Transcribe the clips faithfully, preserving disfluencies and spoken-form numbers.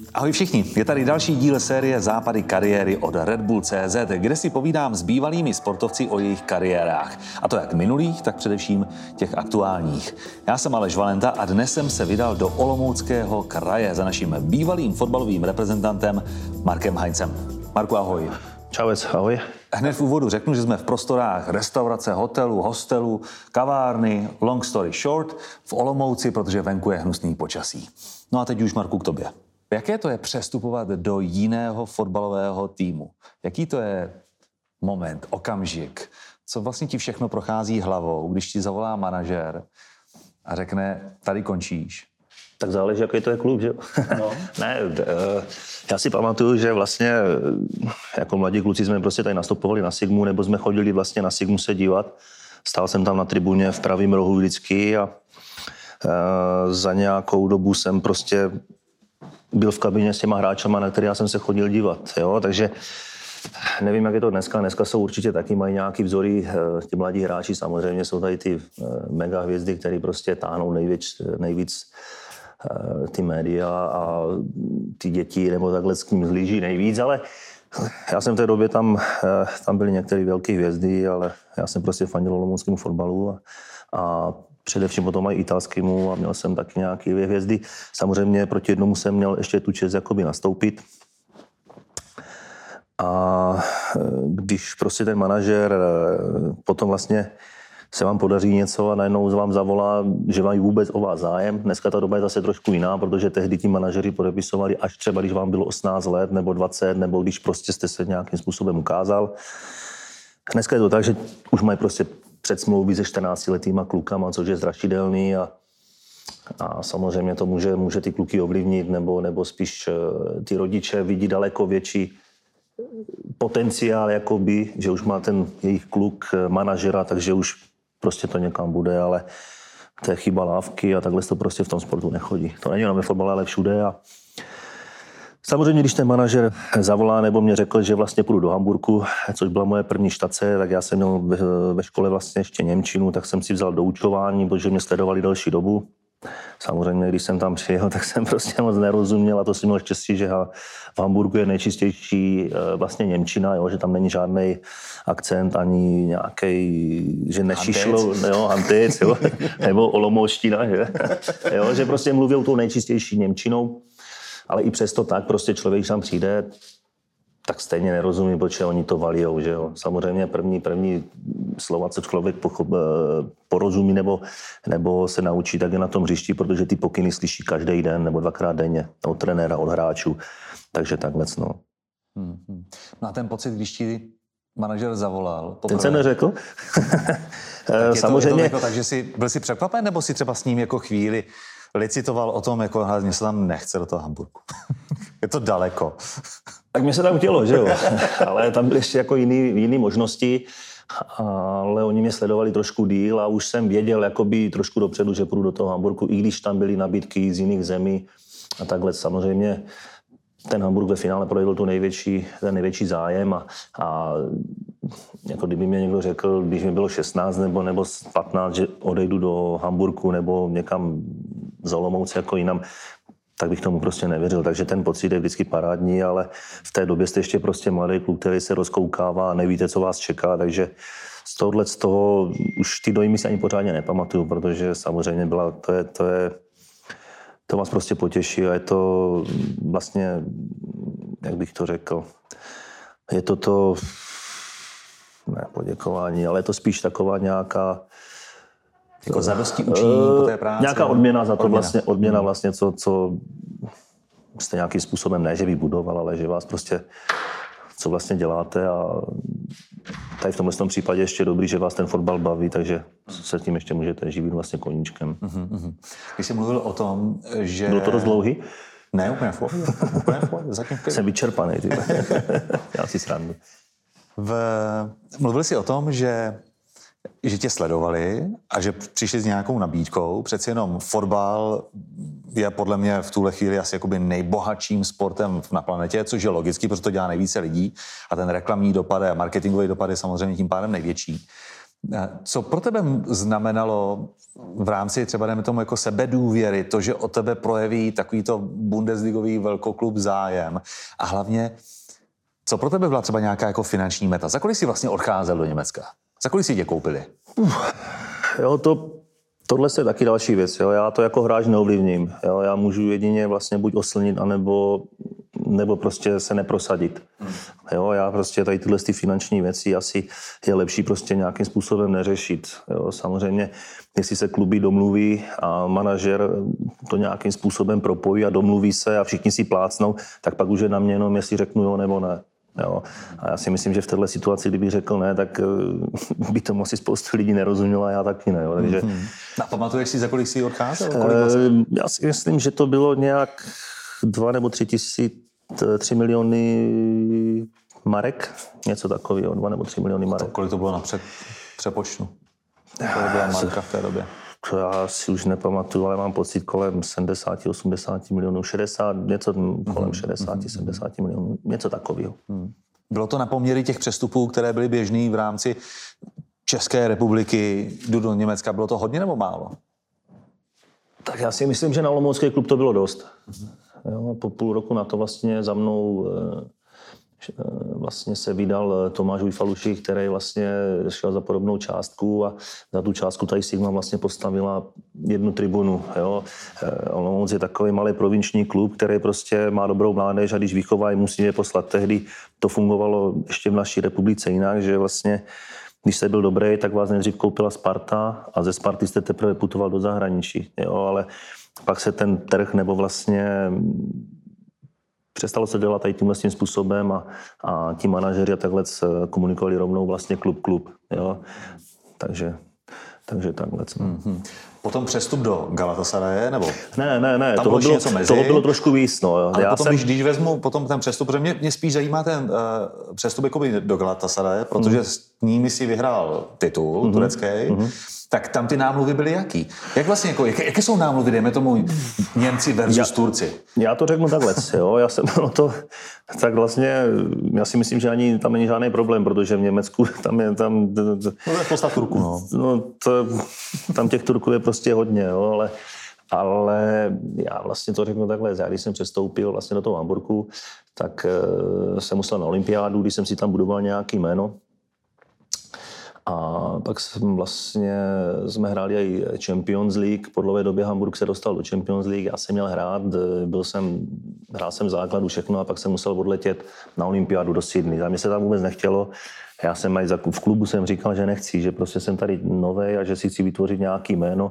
Ahoj všichni, je tady další díl série Západy kariéry od Red Bull tečka cé zet, kde si povídám s bývalými sportovci o jejich kariérách. A to jak minulých, tak především těch aktuálních. Já jsem Aleš Valenta a dnes jsem se vydal do Olomouckého kraje za naším bývalým fotbalovým reprezentantem Markem Heinzem. Marku, ahoj. Čauec, ahoj. Hned v úvodu řeknu, že jsme v prostorách restaurace, hotelu, hostelu, kavárny, long story short, v Olomouci, protože venku je hnusný počasí. No a teď už, Marku, k tobě. Jaké to je přestupovat do jiného fotbalového týmu? Jaký to je moment, okamžik? Co vlastně ti všechno prochází hlavou, když ti zavolá manažer a řekne, tady končíš? Tak záleží, jaký to je klub, že jo? No. Ne, já si pamatuju, že vlastně jako mladí kluci jsme prostě tady nastupovali na Sigmu, nebo jsme chodili vlastně na Sigmu se dívat. Stál jsem tam na tribuně v pravém rohu vždycky a za nějakou dobu jsem prostě byl v kabině s těma hráčama, na který já jsem se chodil dívat, jo, takže nevím, jak je to dneska. Dneska jsou určitě taky, mají nějaký vzory, ti mladí hráči, samozřejmě jsou tady ty mega hvězdy, které prostě táhnou nejvíc, nejvíc ty média a ty děti, nebo takhle s kým zlíží nejvíc, ale já jsem v té době tam, tam byly některé velké hvězdy, ale já jsem prostě fandil olomouckému fotbalu a, a především potom i italskému a měl jsem taky nějaké dvě hvězdy. Samozřejmě proti jednomu jsem měl ještě tu čest jakoby nastoupit. A když prostě ten manažer potom vlastně se vám podaří něco a najednou vám zavolá, že mají vůbec o vás zájem. Dneska ta doba je zase trošku jiná, protože tehdy ti manažeři podepisovali až třeba, když vám bylo osmnáct let nebo dvacet, nebo když prostě jste se nějakým způsobem ukázal. Dneska je to tak, že už mají prostě předsmlouvy se čtrnáctiletýma klukama, což je strašidelný a, a samozřejmě to může, může ty kluky ovlivnit, nebo, nebo spíš ty rodiče vidí daleko větší potenciál, jakoby, že už má ten jejich kluk manažera, takže už prostě to někam bude, ale to je chyba lávky a takhle to prostě v tom sportu nechodí. To není jenom ve fotbale, ale všude. A samozřejmě, když ten manažer zavolá nebo mě řekl, že vlastně půjdu do Hamburku, což byla moje první štace, tak já jsem měl ve škole vlastně ještě němčinu, tak jsem si vzal doučování, protože mě sledovali delší dobu. Samozřejmě, když jsem tam přijel, tak jsem prostě moc nerozuměl a to jsem měl štěstí, že v Hamburgu je nejčistější vlastně němčina, jo, že tam není žádný akcent ani nějaký, že nešišlo, jo, hantec, jo, nebo olomouština, že, jo, že prostě mluvil tou nejčistější němčinou, ale i přesto tak prostě člověk, když tam přijde, tak stejně nerozumí, protože oni to valijou, že jo. Samozřejmě první, první slova, co člověk pochop, porozumí nebo, nebo se naučí, tak je na tom hřišti, protože ty pokyny slyší každý den nebo dvakrát denně od trenéra, od hráčů. Takže takhle, no. Hmm. No a ten pocit, když ti manažer zavolal poprvé... Ten se neřekl. Tak samozřejmě... je to, je to tak, že jsi, byl jsi překvapen, nebo si třeba s ním jako chvíli licitoval o tom, jako mě se tam nechce do toho Hamburku. Je to daleko. Tak mě se tam chtělo, že jo. Ale tam byly ještě jako jiný, jiný možnosti, ale oni mě sledovali trošku díl a už jsem věděl jakoby trošku dopředu, že půjdu do toho Hamburku, i když tam byly nabídky z jiných zemí a takhle. Samozřejmě ten Hamburg ve finále projevil tu největší, ten největší zájem a, a jako kdyby mě někdo řekl, když mi bylo šestnáct nebo, nebo patnáct, že odejdu do Hamburku nebo někam za Olomouc jako jinam, tak bych tomu prostě nevěřil. Takže ten pocit je vždycky parádní, ale v té době jste ještě prostě mladý kluk, který se rozkoukává a nevíte, co vás čeká, takže z tohohle z toho už ty dojmy si ani pořádně nepamatuju, protože samozřejmě byla, to je, to je, to vás prostě potěší a je to vlastně, jak bych to řekl, je to to, ne poděkování, ale je to spíš taková nějaká jako zadosti učiní po té práci. Nějaká odměna za to odměna. vlastně, odměna vlastně, co, co jste nějakým způsobem ne, že vybudoval, ale že vás prostě, co vlastně děláte a tady v tomhle tom případě ještě dobrý, že vás ten fotbal baví, takže se tím ještě můžete živit vlastně koníčkem. Mm-hmm. Když jsi mluvil o tom, že... Bylo to dost dlouhý? Ne, úplně v pohodě. Úplně v pohodě. Zatím v Jsem vyčerpaný, ty. Já si srandu. V... Mluvil jsi o tom, že že tě sledovali a že přišli s nějakou nabídkou. Přeci jenom fotbal je podle mě v tuhle chvíli asi jakoby nejbohatším sportem na planetě, což je logicky, protože to dělá nejvíce lidí a ten reklamní dopad a marketingový dopad je samozřejmě tím pádem největší. Co pro tebe znamenalo v rámci třeba, dejme tomu, jako sebedůvěry, to, že o tebe projeví takovýto bundesligový velkoklub zájem a hlavně, co pro tebe byla třeba nějaká jako finanční meta? Za kolik jsi vlastně odcházel do Německa? Za kolik si tě koupili? Uf, jo, to, tohle je taky další věc. Jo. Já to jako hráč neovlivním. Jo. Já můžu jedině vlastně buď oslnit, anebo nebo prostě se neprosadit. Hmm. Jo, já prostě tady tyhle ty finanční věci asi je lepší prostě nějakým způsobem neřešit. Jo, samozřejmě, jestli se kluby domluví a manažer to nějakým způsobem propojí a domluví se a všichni si plácnou, tak pak už je na mě jenom, jestli řeknu jo nebo ne. Jo. A já si myslím, že v této situaci, kdybych řekl ne, tak by to asi spoustu lidí nerozumělo a já taky ne. Jo. Takže, hmm. A pamatuješ si, za kolik jsi odcházel? Vlastně? Já si myslím, že to bylo nějak dva nebo tři tisíc tři miliony marek, něco takového, dva nebo tři miliony marek. To, kolik to bylo na před, přepočtu? Kolik byla marka v té době? To já si už nepamatuju, ale mám pocit kolem sedmdesát osmdesát milionů, šedesát, něco kolem mm-hmm. šedesát sedmdesát milionů, něco takového. Mm. Bylo to na poměry těch přestupů, které byly běžný v rámci České republiky do Německa, bylo to hodně nebo málo? Tak já si myslím, že na olomoucký klub to bylo dost. Mm-hmm. Jo, po půl roku na to vlastně za mnou vlastně se vydal Tomáš Ujfalušik, který vlastně šel za podobnou částku a za tu částku tady Sigma vlastně postavila jednu tribunu. Jo. Olomouc je takový malý provinční klub, který prostě má dobrou mládež a když vychovají, musí je poslat. Tehdy to fungovalo ještě v naší republice jinak, že vlastně když jste byl dobrý, tak vás nejdřív koupila Sparta a ze Sparty jste teprve putoval do zahraničí. Jo, ale pak se ten trh nebo vlastně přestalo se dělat tady tímhle tím způsobem a, a ti manažeři a takhle komunikovali rovnou vlastně klub-klub. Jo? Takže, takže takhle. Mm-hmm. Potom přestup do Galatasaraje, nebo? Ne, ne, ne, toho bylo, toho bylo trošku víc. No, jo. Ale Já potom, jsem... když, když vezmu potom ten přestup, protože mě, mě spíš zajímá ten uh, přestup jakoby do Galatasaraje, protože mm. s nimi si vyhrál titul mm-hmm. turecký, mm-hmm. tak tam ty námluvy byly jaký? Jak vlastně, jako, jaké, jaké jsou námluvy, dejme tomu Němci versus já, Turci? Já to řeknu takhle, jo, já jsem no to, tak vlastně, já si myslím, že ani tam není žádný problém, protože v Německu tam je, tam... No to je postav Turku, no. No to, tam těch Turků je prostě hodně, jo, ale, ale já vlastně to řeknu takhle, já když jsem přestoupil vlastně do toho Hamburku, tak uh, jsem musel na olympiádu, když jsem si tam budoval nějaký jméno. A pak jsme vlastně jsme hráli i Champions League. Po dlouhé době Hamburg se dostal do Champions League. Já jsem měl hrát, byl jsem, hrál jsem v základu všechno a pak jsem musel odletět na olympiádu do Sydney. A mě se tam vůbec nechtělo. Já jsem aj v klubu jsem říkal, že nechci, že prostě jsem tady novej a že si chci vytvořit nějaký jméno.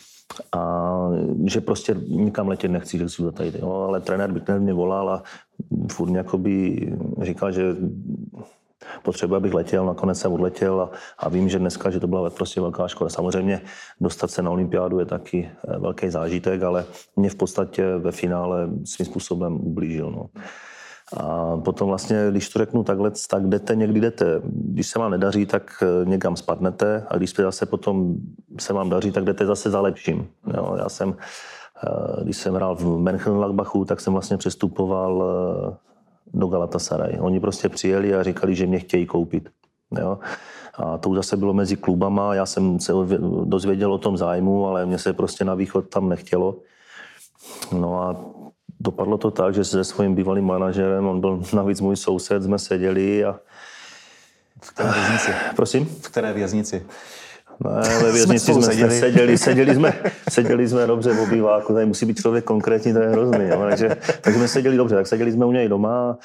A že prostě nikam letět nechci, že chci tady. No, ale trenér Bittner mě volal a furt mě jakoby říkal, že potřeba, abych letěl, nakonec jsem odletěl a, a vím, že dneska, že to byla prostě velká škoda. Samozřejmě dostat se na olympiádu je taky velký zážitek, ale mě v podstatě ve finále svým způsobem ublížil. No. A potom vlastně, když to řeknu takhle, tak jdete, někdy jdete. Když se vám nedaří, tak někam spadnete a když se zase potom se vám daří, tak jdete zase za lepším. Jo, já jsem, když jsem hrál v Mönchengladbachu, tak jsem vlastně přestupoval do Galatasaray. Oni prostě přijeli a říkali, že mě chtějí koupit. Jo? A to už zase bylo mezi klubama. Já jsem se dozvěděl o tom zájmu, ale mně se prostě na východ tam nechtělo. No a dopadlo to tak, že se svým bývalým manažerem, on byl navíc můj soused, jsme seděli a... V které věznici? Prosím? V které věznici? Ne, ve věznici jsme, jsme seděli. seděli, seděli jsme, seděli jsme dobře v obýváku, tady musí být člověk konkrétní, to je hrozný, jo, takže, takže jsme seděli dobře, tak seděli jsme u něj doma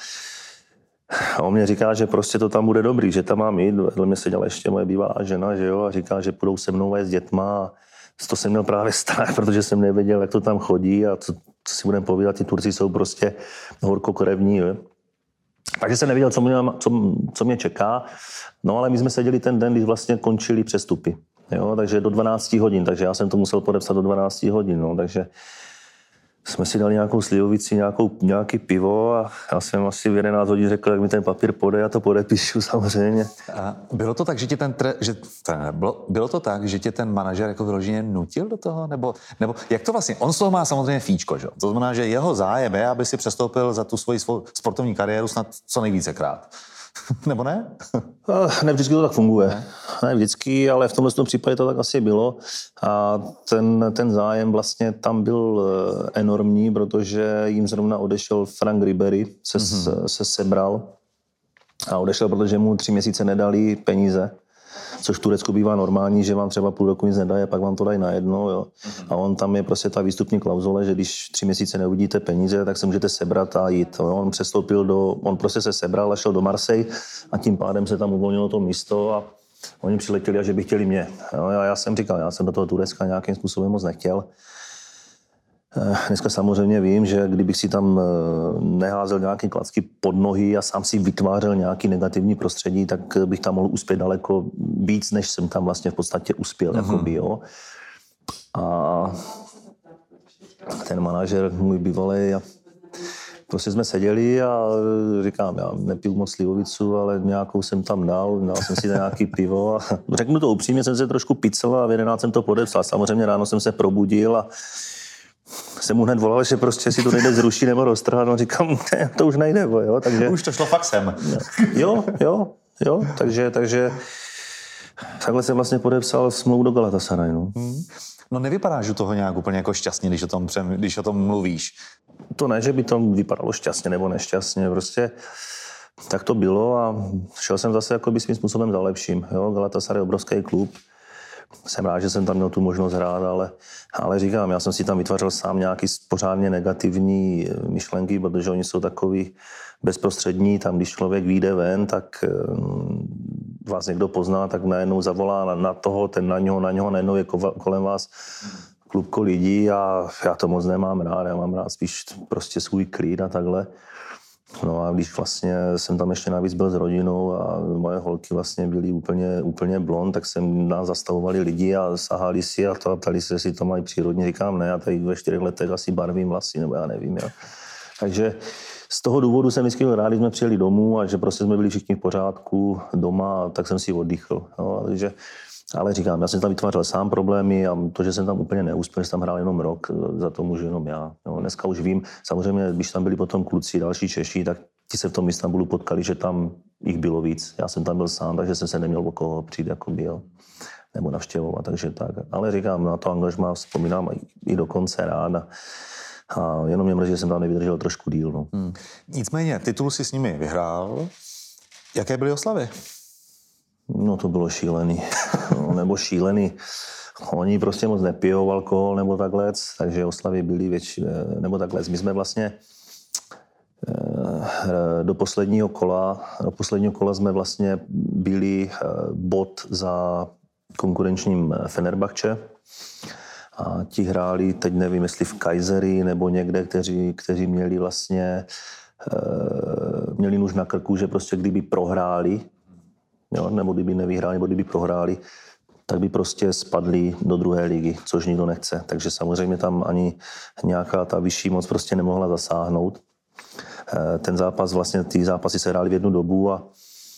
a on mě říká, že prostě to tam bude dobrý, že tam mám jít, vedle mě seděla ještě moje bývalá žena, že jo, a říká, že půjdou se mnou s dětma a to jsem měl právě strach, protože jsem nevěděl, jak to tam chodí a co, co si budeme povídat, ty Turci jsou prostě horkokrevní, jo. Takže jsem nevěděl, co mě, co, co mě čeká. No ale my jsme seděli ten den, když vlastně končili přestupy. Jo, takže do dvanácti hodin, takže já jsem to musel podepsat do dvanácti hodin. No, takže jsme si dali nějakou slivovici, nějakou, nějaký pivo a já jsem asi v jedenáct hodin řekl, jak mi ten papír podej, já to podepíšu samozřejmě. A bylo to tak, že tě ten tre, že, bylo, bylo to tak, že tě ten manažer jako vyloženě nutil do toho? Nebo, nebo jak to vlastně? On z toho má samozřejmě fíčko, že? To znamená, že jeho zájem je, aby si přestoupil za tu svoji svou sportovní kariéru snad co nejvícekrát. Nebo ne? Ne vždycky to tak funguje. Ne, ne vždycky, ale v tomhle případě to tak asi bylo. A ten, ten zájem vlastně tam byl enormní, protože jim zrovna odešel Frank Ribery, se, mm-hmm. se sebral a odešel, protože mu tři měsíce nedali peníze. Což v Turecku bývá normální, že vám třeba půl roku nic nedají a pak vám to dají najednou. Jo. A on tam je prostě ta výstupní klauzule, že když tři měsíce neuvidíte peníze, tak se můžete sebrat a jít. Jo. On přestoupil do, on prostě se sebral a šel do Marseille a tím pádem se tam uvolnilo to místo a oni přiletěli a že by chtěli mě. Jo. A já jsem říkal, já jsem do toho Turecka nějakým způsobem moc nechtěl. Dneska samozřejmě vím, že kdybych si tam neházel nějaké klacky pod nohy a sám si vytvářel nějaký negativní prostředí, tak bych tam mohl uspět daleko víc, než jsem tam vlastně v podstatě uspěl. Mm-hmm. Jakoby, jo. A ten manažer, můj bývalý, a prostě jsme seděli a říkám, já nepiju moc slivovicu, ale nějakou jsem tam dal, dal jsem si nějaký pivo a řeknu to upřímně, jsem se trošku picel a v jedenáct jsem to podepsal. Samozřejmě ráno jsem se probudil a jsem mu hned volal, že prostě si to nejde zrušit nebo roztrhat, no říkám, ne, to už nejde, bo, jo, takže... Už to šlo faxem. Jo, jo, jo, takže, takže takhle jsem vlastně podepsal smlouvu do Galatasaray, no. Hmm. No nevypadáš u toho nějak úplně jako šťastně, když o tom, přem, když o tom mluvíš. To ne, že by to vypadalo šťastně nebo nešťastně, prostě tak to bylo a šel jsem zase jakoby svým způsobem za lepším, jo, Galatasaray je obrovský klub. Jsem rád, že jsem tam měl tu možnost hrát, ale, ale říkám, já jsem si tam vytvářel sám nějaký pořádně negativní myšlenky, protože oni jsou takový bezprostřední, tam když člověk vyjde ven, tak vás někdo pozná, tak najednou zavolá na, na toho, ten na něho, na něho, najednou je kolem vás klubko lidí a já to moc nemám rád, já mám rád spíš prostě svůj klid a takhle. No a když vlastně jsem tam ještě navíc byl s rodinou a moje holky vlastně byly úplně, úplně blond, tak jsem nás zastavovali lidi a sahali si a to a ptali se, jestli to mají přírodně. Říkám, ne, já tady ve čtyřech letech asi barvím vlasy, nebo já nevím. Jo. Takže z toho důvodu jsem vždycky byl rád, když jsme přijeli domů a že prostě jsme byli všichni v pořádku doma, tak jsem si oddýchl. Jo. Takže, ale říkám, já jsem tam vytvářel sám problémy a to, že jsem tam úplně neuspěl, že tam hrál jenom rok, za to můžu jenom já. Jo, dneska už vím, samozřejmě, když tam byli potom kluci, další Češi, tak ti se v tom Istanbulu potkali, že tam jich bylo víc. Já jsem tam byl sám, takže jsem se neměl o koho přijít, jakoby, jo, nebo navštěvovat, takže tak. Ale říkám, na to angažmá vzpomínám i do konce rád a, a jenom mě mrzí, že jsem tam nevydržel trošku díl. No. Hmm. Nicméně, titul si s nimi vyhrál. Jaké byly oslavy? No to bylo šílený, no, nebo šílený. Oni prostě moc nepijou alkohol nebo takhle, takže oslavy byly větší, nebo takhle. My jsme vlastně do posledního kola, do posledního kola jsme vlastně byli bod za konkurenčním Fenerbahče a ti hráli, teď nevím, jestli v Kayseri nebo někde, kteří, kteří měli vlastně, měli nůž na krku, že prostě kdyby prohráli, jo, nebo kdyby nevyhráli, nebo kdyby prohráli, tak by prostě spadli do druhé ligy, což nikdo nechce. Takže samozřejmě tam ani nějaká ta vyšší moc prostě nemohla zasáhnout. Ten zápas, vlastně ty zápasy se hrály v jednu dobu a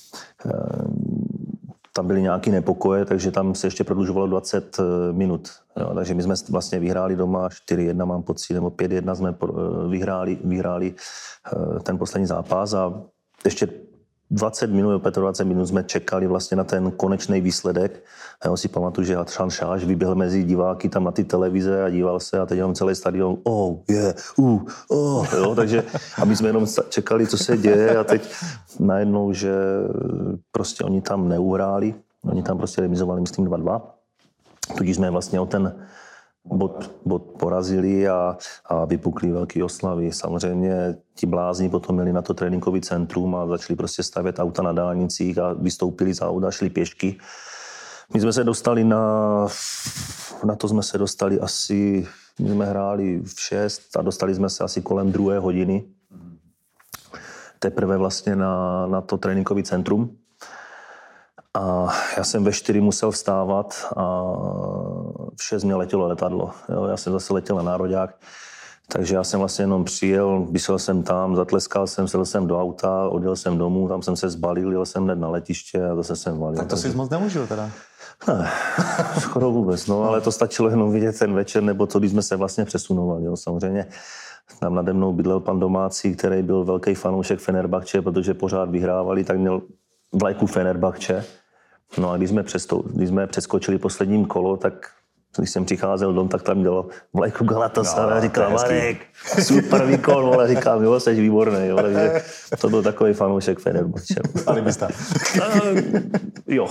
tam byly nějaké nepokoje, takže tam se ještě prodlužovalo dvacet minut. Jo, takže my jsme vlastně vyhráli doma čtyři jedna, mám pocit, nebo pět jedna jsme vyhráli, vyhráli ten poslední zápas a ještě dvacet minut, dvacet minut jsme čekali vlastně na ten konečný výsledek. A já si pamatuju, že Hatřan Šáš vyběhl mezi diváky tam na ty televize a díval se a teď jenom celý stadion, oh, yeah, uh, oh, jo, takže a my jsme jenom čekali, co se děje a teď najednou, že prostě oni tam neuhráli, oni tam prostě remizovali, myslím, dva dva. Tudíž jsme vlastně o ten bod, bod porazili a, a vypukli velký oslavy. Samozřejmě ti blázni potom měli na to tréninkový centrum a začali prostě stavět auta na dálnicích a vystoupili z auta, šli pěšky. My jsme se dostali na, na to jsme se dostali asi, my jsme hráli v šest a dostali jsme se asi kolem druhé hodiny. Teprve vlastně na, na to tréninkový centrum. A já jsem ve čtyři musel vstávat a v šest mě letělo letadlo. Jo, já jsem zase letěl na nároďák, takže já jsem vlastně jenom přijel, vyšel jsem tam, zatleskal jsem, sedl jsem do auta, odjel jsem domů, tam jsem se zbalil, jel jsem hned na letiště a zase jsem valil. Tak to takže... si moc neužil teda. Ne, skoro vůbec, no, ale to stačilo jenom vidět ten večer, nebo to, když jsme se vlastně přesunovali, jo. Samozřejmě tam nade mnou bydlel pan domácí, který byl velký fanoušek Fenerbahče, protože pořád vyhrávali, tak měl vlajku Fenerbahče. No a když jsme, přestou, když jsme přeskočili posledním kolo, tak když jsem přicházel dom, tak tam měl vlajku Galatasaray, no, říkal, Marek, super výkon, vole, říkám, jo, jsi výborný, jo, takže to byl takový fanoušek Fenerbahče. Ale bys tam. Jo.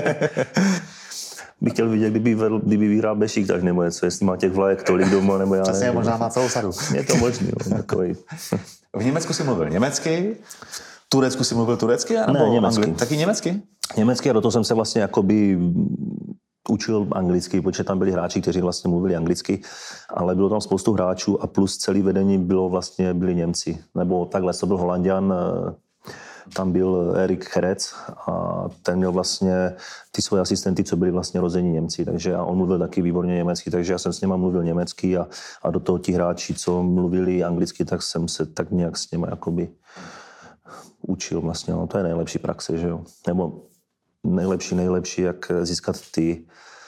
Bych chtěl vidět, kdyby, vedl, kdyby vyhrál Bešiktaš nebo něco, jestli má těch vlajek tolik doma, nebo já přesně, nevím. možná má celou sadu. Je to možný, jo, takový. V Německu jsi mluvil německy, v Turecku jsi mluvil turecky, nebo ne, německy. Angli... Taky německy? Německy a do toho jsem se vlastně jakoby učil anglicky, protože tam byli hráči, kteří vlastně mluvili anglicky, ale bylo tam spoustu hráčů a plus celý vedení bylo vlastně, byli Němci. Nebo takhle, to byl Holanďan, tam byl Erik Herec a ten měl vlastně ty svoje asistenty, co byli vlastně rození Němci, takže on mluvil taky výborně německy, takže já jsem s něma mluvil německy a, a do toho ti hráči, co mluvili anglicky, tak jsem se tak nějak s něma jakoby učil vlastně, no to je nejlepší praxe, že jo, nebo nejlepší, nejlepší, jak získat ty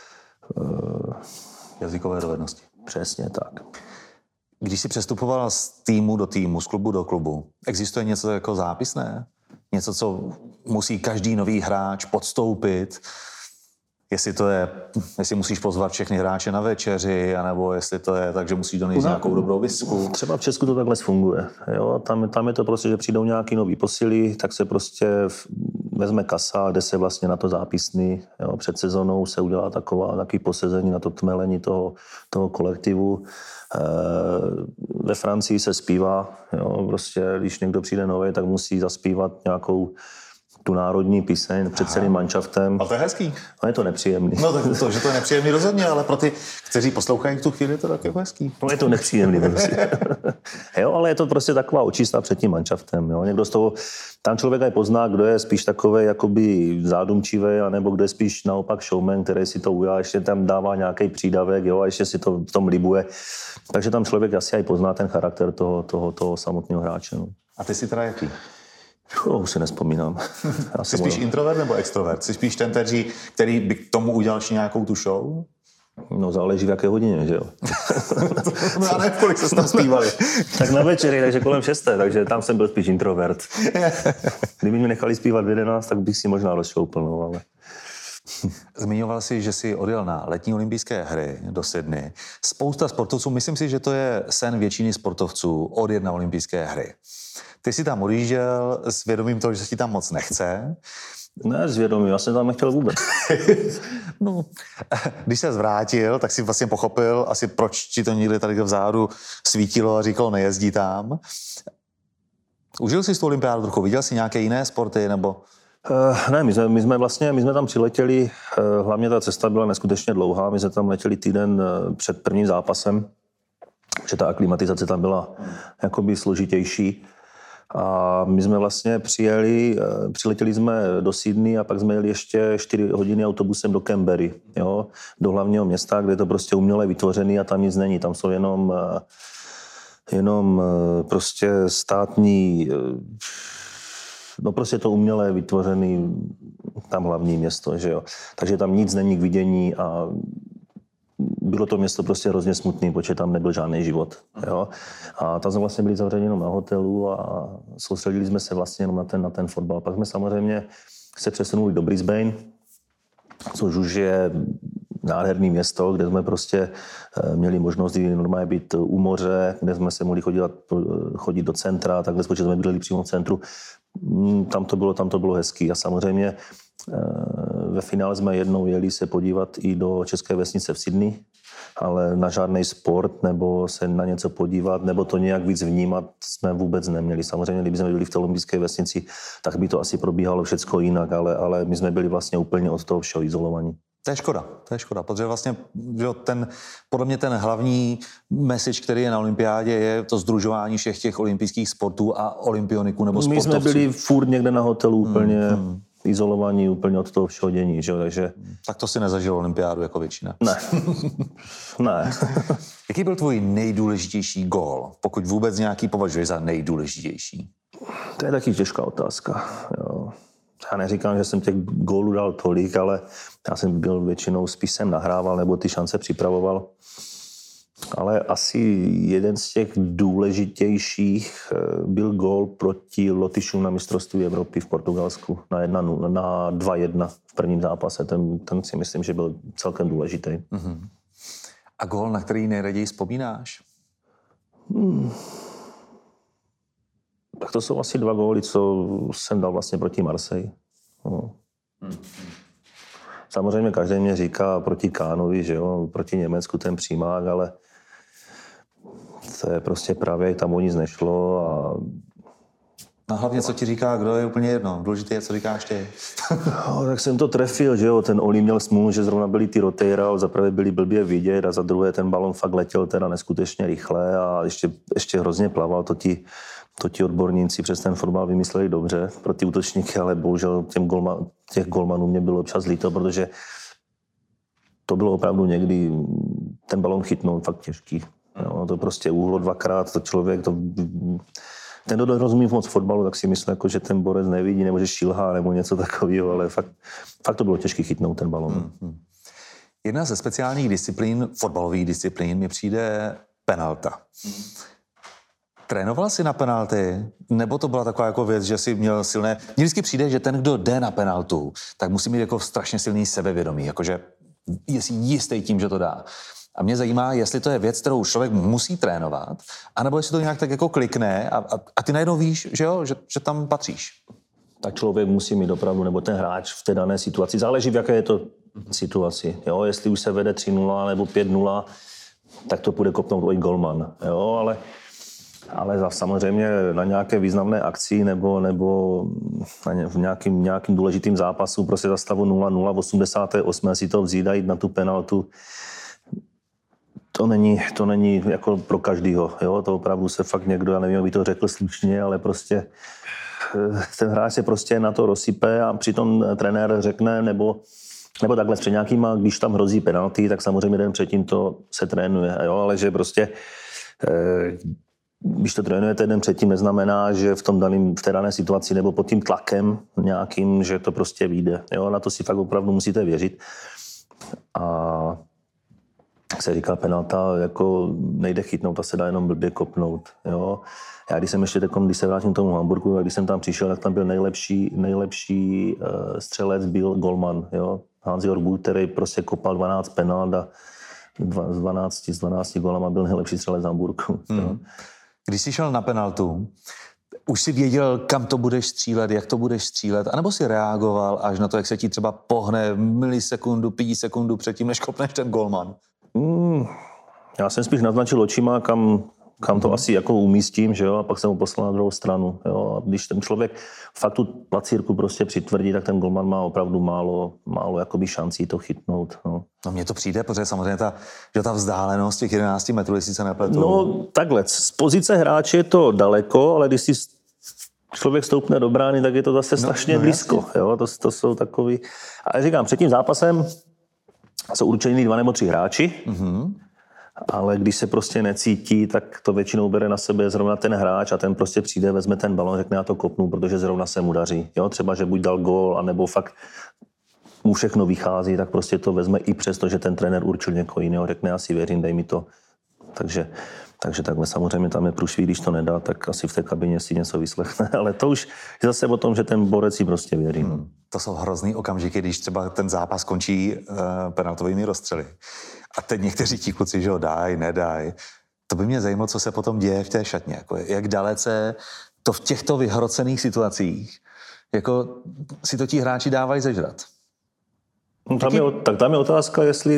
uh, jazykové dovednosti. Přesně tak. Když jsi přestupoval z týmu do týmu, z klubu do klubu, existuje něco jako zápisné? Něco, co musí každý nový hráč podstoupit? Jestli to je, jestli musíš pozvat všechny hráče na večeři, anebo jestli to je tak, že musíš donést nějakou dobrou visku. Třeba v Česku to takhle funguje. Jo? Tam, tam je to prostě, že přijdou nějaký nový posily, tak se prostě vezme kasa, kde se vlastně na to zápisný. Jo? Před sezónou se udělá taková, takový posezení na to tmelení toho, toho kolektivu. E, ve Francii se zpívá, jo? Prostě, když někdo přijde nový, tak musí zaspívat nějakou tu národní píseň před celým manšaftem. Ale to je hezký. No je to nepříjemný. No tak to, že to je nepříjemný rozhodně, ale pro ty, kteří poslouchají v tu chvíli, to tak je hezký. No je to nepříjemný prostě. Jo, ale je to prostě taková očista před tím manšaftem. Jo. Někdo z toho, tam člověk aj pozná, kdo je spíš takovej jakoby zádumčivý, anebo kdo je spíš naopak showman, který si to ujá, ještě tam dává nějaký přídavek, jo, a ještě si to v tom libuje. Takže tam člověk asi aj pozná ten charakter toho, toho, toho samotného hráče. No. A ty si teda jaký? Oh, už si nespomínám. Já Jsi spíš introvert nebo extrovert? Jsi spíš ten, který, který by k tomu udělal nějakou tu show? No záleží v jaké hodině, že jo? No já nevím, kolik se tam zpívali. Tak na večeři, takže kolem šesté, takže tam jsem byl spíš introvert. Kdyby mě nechali zpívat v jedenáct, tak bych si možná rozšoupil, no, ale... Zmiňoval jsi, že jsi odjel na letní olympijské hry do Sydney. Spousta sportovců, myslím si, že to je sen většiny sportovců, odjet na olympijské hry. Ty jsi tam odjížděl s vědomím toho, že si tam moc nechce. Ne, s vědomím, já jsem tam nechtěl vůbec. No, když se zvrátil, tak si vlastně pochopil asi, proč ti to někde tady vzadu svítilo a říkal, nejezdí tam. Užil jsi tu olympiádu trochu? Viděl jsi nějaké jiné sporty, nebo... Uh, ne, my jsme, my jsme vlastně, my jsme tam přiletěli, uh, hlavně ta cesta byla neskutečně dlouhá, my jsme tam letěli týden uh, před prvním zápasem, že ta aklimatizace tam byla jakoby složitější. A my jsme vlastně přijeli, přiletěli jsme do Sydney a pak jsme jeli ještě čtyři hodiny autobusem do Canberry, jo, do hlavního města, kde je to prostě uměle vytvořený a tam nic není. Tam jsou jenom, jenom prostě státní, no prostě to uměle vytvořený tam hlavní město, že jo. Takže tam nic není k vidění a bylo to město prostě hrozně smutný, protože tam nebyl žádný život. Jo? A tam jsme vlastně byli zavřeni jenom na hotelu a soustředili jsme se vlastně jenom na ten, na ten fotbal. Pak jsme samozřejmě se přesunuli do Brisbane, což už je nádherný město, kde jsme prostě měli možnost normálně být u moře, kde jsme se mohli chodit, chodit do centra, takhle protože jsme bydleli přímo v centru. Tam to bylo, tam to bylo hezký a samozřejmě ve finále jsme jednou jeli se podívat i do České vesnice v Sydney, ale na žádný sport nebo se na něco podívat nebo to nějak víc vnímat jsme vůbec neměli. Samozřejmě, kdyby jsme byli v té olympijské vesnici, tak by to asi probíhalo všecko jinak, ale, ale my jsme byli vlastně úplně od toho všeho izolovaní. To je škoda, to je škoda, protože vlastně že ten, podle mě ten hlavní message, který je na olympiádě, je to sdružování všech těch olympijských sportů a olympioniků nebo sportovců. My jsme byli furt někde na hotelu úplně hmm, hmm. izolovaní úplně od toho všeho dění, že? Takže... Tak to si nezažil olympiádu jako většina. Ne. ne. Jaký byl tvůj nejdůležitější gól, pokud vůbec nějaký považuješ za nejdůležitější? To je taky těžká otázka, jo. já neříkám, že jsem těch gólů dal tolik, ale já jsem byl většinou, spíš jsem nahrával nebo ty šance připravoval. Ale asi jeden z těch důležitějších byl gól proti Lotyšům na mistrovství Evropy v Portugalsku na, jedna, na dva jedna v prvním zápase. Ten, ten si myslím, že byl celkem důležitý. Mm-hmm. A gól, na který nejraději vzpomínáš? Hmm. Tak to jsou asi dva góly, co jsem dal vlastně proti Marseille. No. Hmm. Samozřejmě každý mě říká proti Kánovi, že jo, proti Německu ten přímák, ale to je prostě právě, tam o nic nešlo a... No hlavně, co ti říká, kdo je úplně jedno. Důležité je, co říkáš ty. No, tak jsem to trefil, že jo, ten Oli měl smůlu, že zrovna byli ty rotéra, za prvé byli blbě vidět a za druhé ten balon fakt letěl teda neskutečně rychle a ještě, ještě hrozně plaval, to ti, to ti odborníci přes ten fotbal vymysleli dobře pro ty útočníky, ale bohužel těm golma, těch golmanů mě bylo občas líto, protože to bylo opravdu někdy ten balon chytnout fakt těžký. Jo, to prostě uhlo dvakrát, to člověk, to, ten, kdo rozumí moc fotbalu, tak si myslí, jako, že ten borec nevidí, nebo že šilhá, nebo něco takového, ale fakt, fakt to bylo těžký chytnout ten balon. Mm-hmm. Jedna ze speciálních disciplín, fotbalových disciplín, mi přijde penalta. Mm. Trénoval jsi na penalty? Nebo to byla taková jako věc, že jsi měl silné... Mně vždycky přijde, že ten, kdo jde na penaltu, tak musí mít jako strašně silný sebevědomí, jakože je si jistý tím, že to dá. A mě zajímá, jestli to je věc, kterou člověk musí trénovat, anebo jestli to nějak tak jako klikne a, a, a ty najednou víš, že jo, že, že tam patříš. Tak člověk musí mít opravdu, nebo ten hráč v té dané situaci. Záleží, v jaké je to situaci. Jo? Jestli už se vede tři nula nebo pět nula, tak to půjde kopnout i golman. Jo? Ale, ale samozřejmě na nějaké významné akci nebo, nebo na v nějakým, nějakým důležitým zápasu prostě za stavu nula nula v osmdesátém osmém si to vzít a jít na tu penaltu. To není, to není jako pro každýho, jo, to opravdu se fakt někdo, já nevím, jak by to řekl slušně, ale prostě ten hráč se prostě na to rozsype a přitom trenér řekne, nebo, nebo takhle před nějakýma, když tam hrozí penalty, tak samozřejmě den předtím to se trénuje, jo, ale že prostě, když to trénujete den předtím, neznamená, že v tom daném, v té dané situaci nebo pod tím tlakem nějakým, že to prostě vyjde, jo, na to si fakt opravdu musíte věřit. A jak se říká, penalta jako nejde chytnout, ta se dá jenom blbě kopnout. Jo. Já když jsem ještě takový, když se vrátím k tomu Hamburgu, a když jsem tam přišel, tak tam byl nejlepší, nejlepší uh, střelec, byl golman. Jo. Hans-Jörg Buch, který prostě kopal dvanáct penalt a z dvanácti, z dvanácti golama byl nejlepší střelec Hamburgu. Hmm. Když jsi šel na penaltu, už jsi věděl, kam to budeš střílet, jak to budeš střílet, anebo si reagoval až na to, jak se ti třeba pohne milisekundu, pět sekundu předtím, než kopneš ten golman? Hmm, já jsem spíš naznačil očima, kam, kam to mm. asi jako umístím, že jo, a pak jsem ho poslal na druhou stranu, jo, a když ten člověk fakt tu placírku prostě přitvrdí, tak ten golman má opravdu málo, málo jakoby šancí to chytnout, no. No mně to přijde, protože samozřejmě ta, že ta vzdálenost těch jedenácti metrů, jestli se nepletu. No takhle, z pozice hráče je to daleko, ale když si člověk stoupne do brány, tak je to zase strašně no, no, blízko, jasně. Jo, to, to jsou takový, ale říkám, před tím zápasem jsou určení dva nebo tři hráči, mm-hmm. ale když se prostě necítí, tak to většinou bere na sebe zrovna ten hráč a ten prostě přijde, vezme ten balon, řekne já to kopnu, protože zrovna se mu daří. Jo? Třeba, že buď dal gól, anebo fakt mu všechno vychází, tak prostě to vezme i přesto, že ten trenér určil někoho jiného, řekne já si věřím, dej mi to. Takže, takže takhle samozřejmě tam je průšvih, když to nedá, tak asi v té kabině si něco vyslechne, ale to už je zase o tom, že ten borec si prostě věří. Hmm. To jsou hrozný okamžiky, když třeba ten zápas končí uh, penaltovými rozstřely. A teď někteří ti kluci, že ho dají, nedají. To by mě zajímalo, co se potom děje v té šatně. Jako jak dalece to v těchto vyhrocených situacích, jako si to ti hráči dávají zežrat. No, tam je, tak tam je otázka, jestli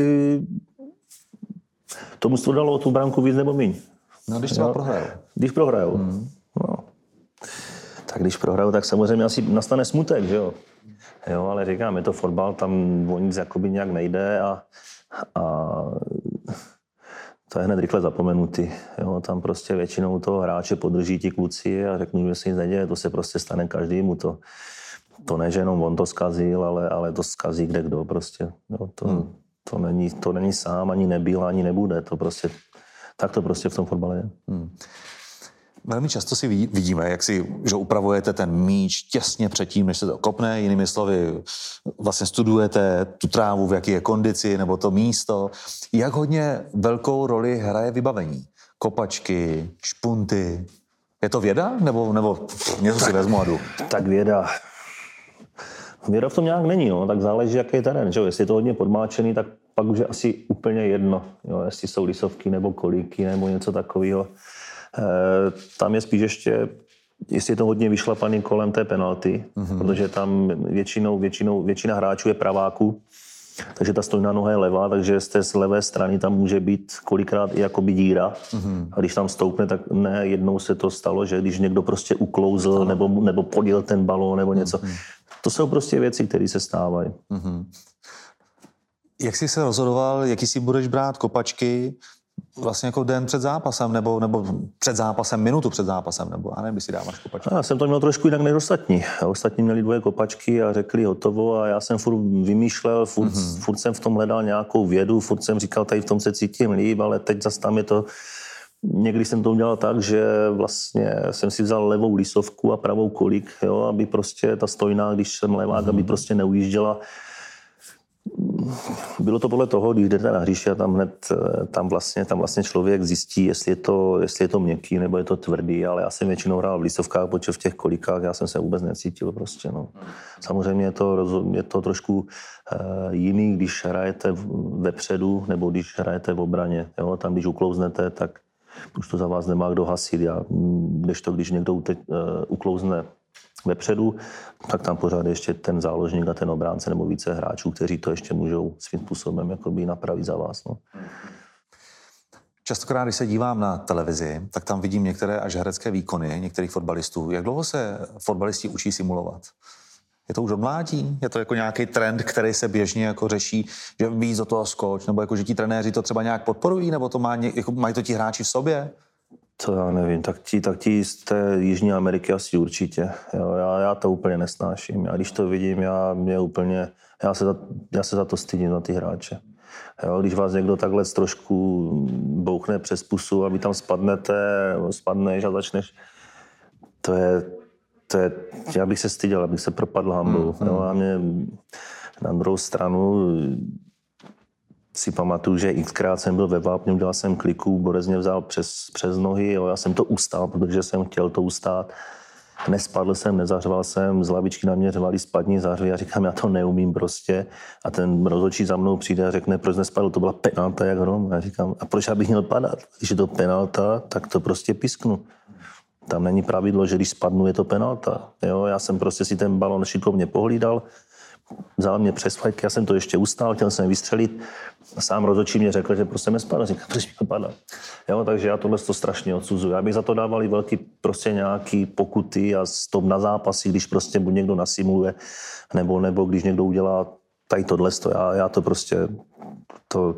tomu to dalo tu branku víc nebo míň. No, když třeba no, prohrajou. Když prohrajou. Hmm. No. Tak když prohrajou, tak samozřejmě asi nastane smutek, že jo. Jo, ale říkám, je to fotbal, tam o nic jakoby nějak nejde a, a to je hned rychle zapomenutý. Jo, tam prostě většinou toho hráče podrží ti kluci a řeknu, že se nic neděje, to se prostě stane každému. To, to ne, že jenom on to zkazil, ale, ale to zkazí kde kdo prostě. Jo, to, hmm. to, není, to není sám, ani nebyl, ani nebude. To prostě, tak to prostě v tom fotbale je. Hmm. Velmi často si vidíme, jak si, že upravujete ten míč těsně předtím, než se to kopne, jinými slovy, vlastně studujete tu trávu, v jaké je kondici, nebo to místo. Jak hodně velkou roli hraje vybavení? Kopačky, špunty. Je to věda, nebo, nebo něco si vezmu a jdu? Tak věda. Věda v tom nějak není, no. Tak záleží, jaký je terén. Že? Jestli je to hodně podmáčený, tak pak už je asi úplně jedno, jo? Jestli jsou lisovky nebo kolíky nebo něco takového. E, tam je spíš ještě, jestli je to hodně vyšlapaný kolem té penalty, mm-hmm. protože tam většinou, většinou, většina hráčů je praváků, takže ta stojná noha je levá, takže z té z levé strany tam může být kolikrát i jakoby díra. Mm-hmm. A když tam stoupne, tak ne, jednou se to stalo, že když někdo prostě uklouzl nebo, nebo podjel ten balón nebo něco. Mm-hmm. To jsou prostě věci, které se stávají. Mm-hmm. Jak jsi se rozhodoval, jaký si budeš brát kopačky vlastně jako den před zápasem, nebo, nebo před zápasem, minutu před zápasem, nebo já nevím, si dáváš kopačky? Já jsem to měl trošku jinak než ostatní. Ostatní měli dvoje kopačky a řekli hotovo a já jsem furt vymýšlel, furt, mm-hmm. furt jsem v tom hledal nějakou vědu, furt jsem říkal, tady v tom se cítím líp, ale teď zase tam je to. Někdy jsem to udělal tak, že vlastně jsem si vzal levou lisovku a pravou kolík, jo, aby prostě ta stojná, když jsem levák, mm-hmm. aby prostě neujížděla. Bylo to podle toho, když jdete na hřiště a tam hned, tam vlastně, tam vlastně člověk zjistí, jestli je, to, jestli je to měkký nebo je to tvrdý, ale já jsem většinou hrál v lisovkách, protože v těch kolikách já jsem se vůbec necítil prostě, no. Samozřejmě je to, je to trošku uh, jiný, když hrajete vepředu nebo když hrajete v obraně, jo. Tam, když uklouznete, tak už to za vás nemá kdo hasit. Já, když to, když někdo ute, uh, uklouzne vepředu, tak tam pořád ještě ten záložník a ten obránce nebo více hráčů, kteří to ještě můžou svým způsobem jakoby napravit za vás. No. Častokrát, když se dívám na televizi, tak tam vidím některé až herecké výkony některých fotbalistů. Jak dlouho se fotbalisti učí simulovat? Je to už od mládí? Je to jako nějaký trend, který se běžně jako řeší, že víc do toho skoč, nebo jako, že ti trenéři to třeba nějak podporují, nebo to má, jako, mají to ti hráči v sobě? To já nevím, tak ti, tak ti z té Jižní Ameriky asi určitě. Jo, já, já to úplně nesnáším. Já když to vidím, já, mě úplně, já, se za, já se za to stydím, na ty hráče. Jo, když vás někdo takhle trošku bouchne přes pusu a vy tam spadnete, spadneš a začneš, to je, to je, já bych se styděl, abych se propadl hambou. Mm, mm. A mě na druhou stranu si pamatuju, že xkrát jsem byl ve Vápně, udělal jsem kliku, Borec mě vzal přes, přes nohy, jo, já jsem to ustál, protože jsem chtěl to ustát. Nespadl jsem, nezařval jsem, z lavičky na mě řvali spadni, zařvi, já říkám, já to neumím prostě. A ten rozhodčí za mnou přijde a řekne, proč nespadl, to byla penalta jak hrom. Já říkám, a proč já bych měl padat? Když je to penalta, tak to prostě pisknu. Tam není pravidlo, že když spadnu, je to penalta. Jo, já jsem prostě si ten balon šikovně pohlídal, vzal mě přes fajk, já jsem to ještě ustál, chtěl jsem vystřelit. A sám rozhodčí mě řekl, že prostě nespadl. Říkám, proč mi padá. Jo, takže já tohle to strašně odsuzuji. Já bych za to dával i velký prostě nějaký pokuty a stop na zápasy, když prostě buď někdo nasimuluje, nebo, nebo když někdo udělá tady tohle. Já, já to prostě, to,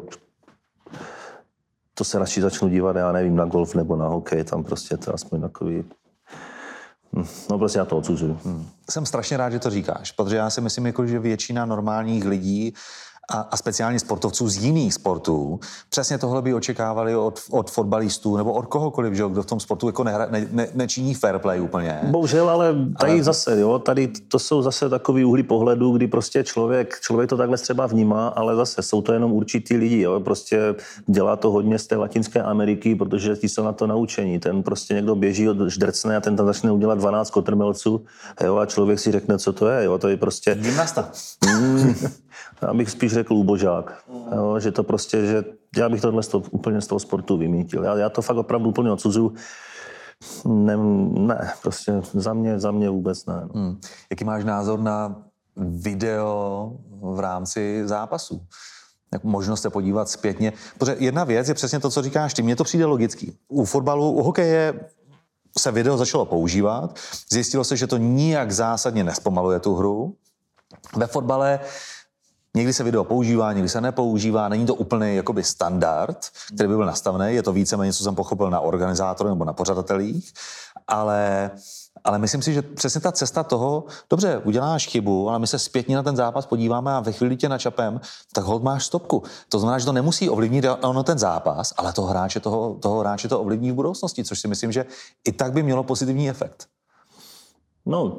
to se radši začnu dívat, já nevím, na golf nebo na hokej, tam prostě to aspoň takový. No prostě já to odsuzuju. Hmm. Jsem strašně rád, že to říkáš, protože já si myslím, jako, že většina normálních lidí a, a speciálně sportovců z jiných sportů přesně tohle by očekávali od, od fotbalistů nebo od kohokoliv, že, kdo v tom sportu jako nehra, ne, ne, nečiní fair play úplně. Bohužel, ale tady ale... zase, jo, tady to jsou zase takový úhly pohledu, kdy prostě člověk, člověk to takhle třeba vnímá, ale zase jsou to jenom určitý lidi, jo, prostě dělá to hodně z té Latinské Ameriky, protože ti jsou na to naučení. Ten prostě někdo běží od ždrcne a ten tam začne udělat dvanáct kotrmelců, jo, a člověk si řekne, co to je, jo, to je prostě... Gymnasta. Mm, já bych spíš řekl úbožák, jo, že to prostě, že já bych tohle z toho, úplně z toho sportu vymítil. Já, já to fakt opravdu úplně odsuzuju. Ne, ne, prostě za mě, za mě vůbec ne. No. Hmm. Jaký máš názor na video v rámci zápasu? Jak možnost se podívat zpětně? Protože jedna věc je přesně to, co říkáš ty. Mně to přijde logický. U fotbalu, u hokeje se video začalo používat. Zjistilo se, že to nijak zásadně nespomaluje tu hru. Ve fotbale Někdy se video používá, někdy se nepoužívá, není to úplný jakoby standard, který by byl nastavený, je to víceméně, co jsem pochopil na organizátoru nebo na pořadatelích, ale, ale myslím si, že přesně ta cesta toho, dobře, uděláš chybu, ale my se zpětně na ten zápas podíváme a ve chvíli tě načapem, tak hold máš stopku. To znamená, že to nemusí ovlivnit ono ten zápas, ale toho hráče, toho, toho hráče to ovlivní v budoucnosti, což si myslím, že i tak by mělo pozitivní efekt. No,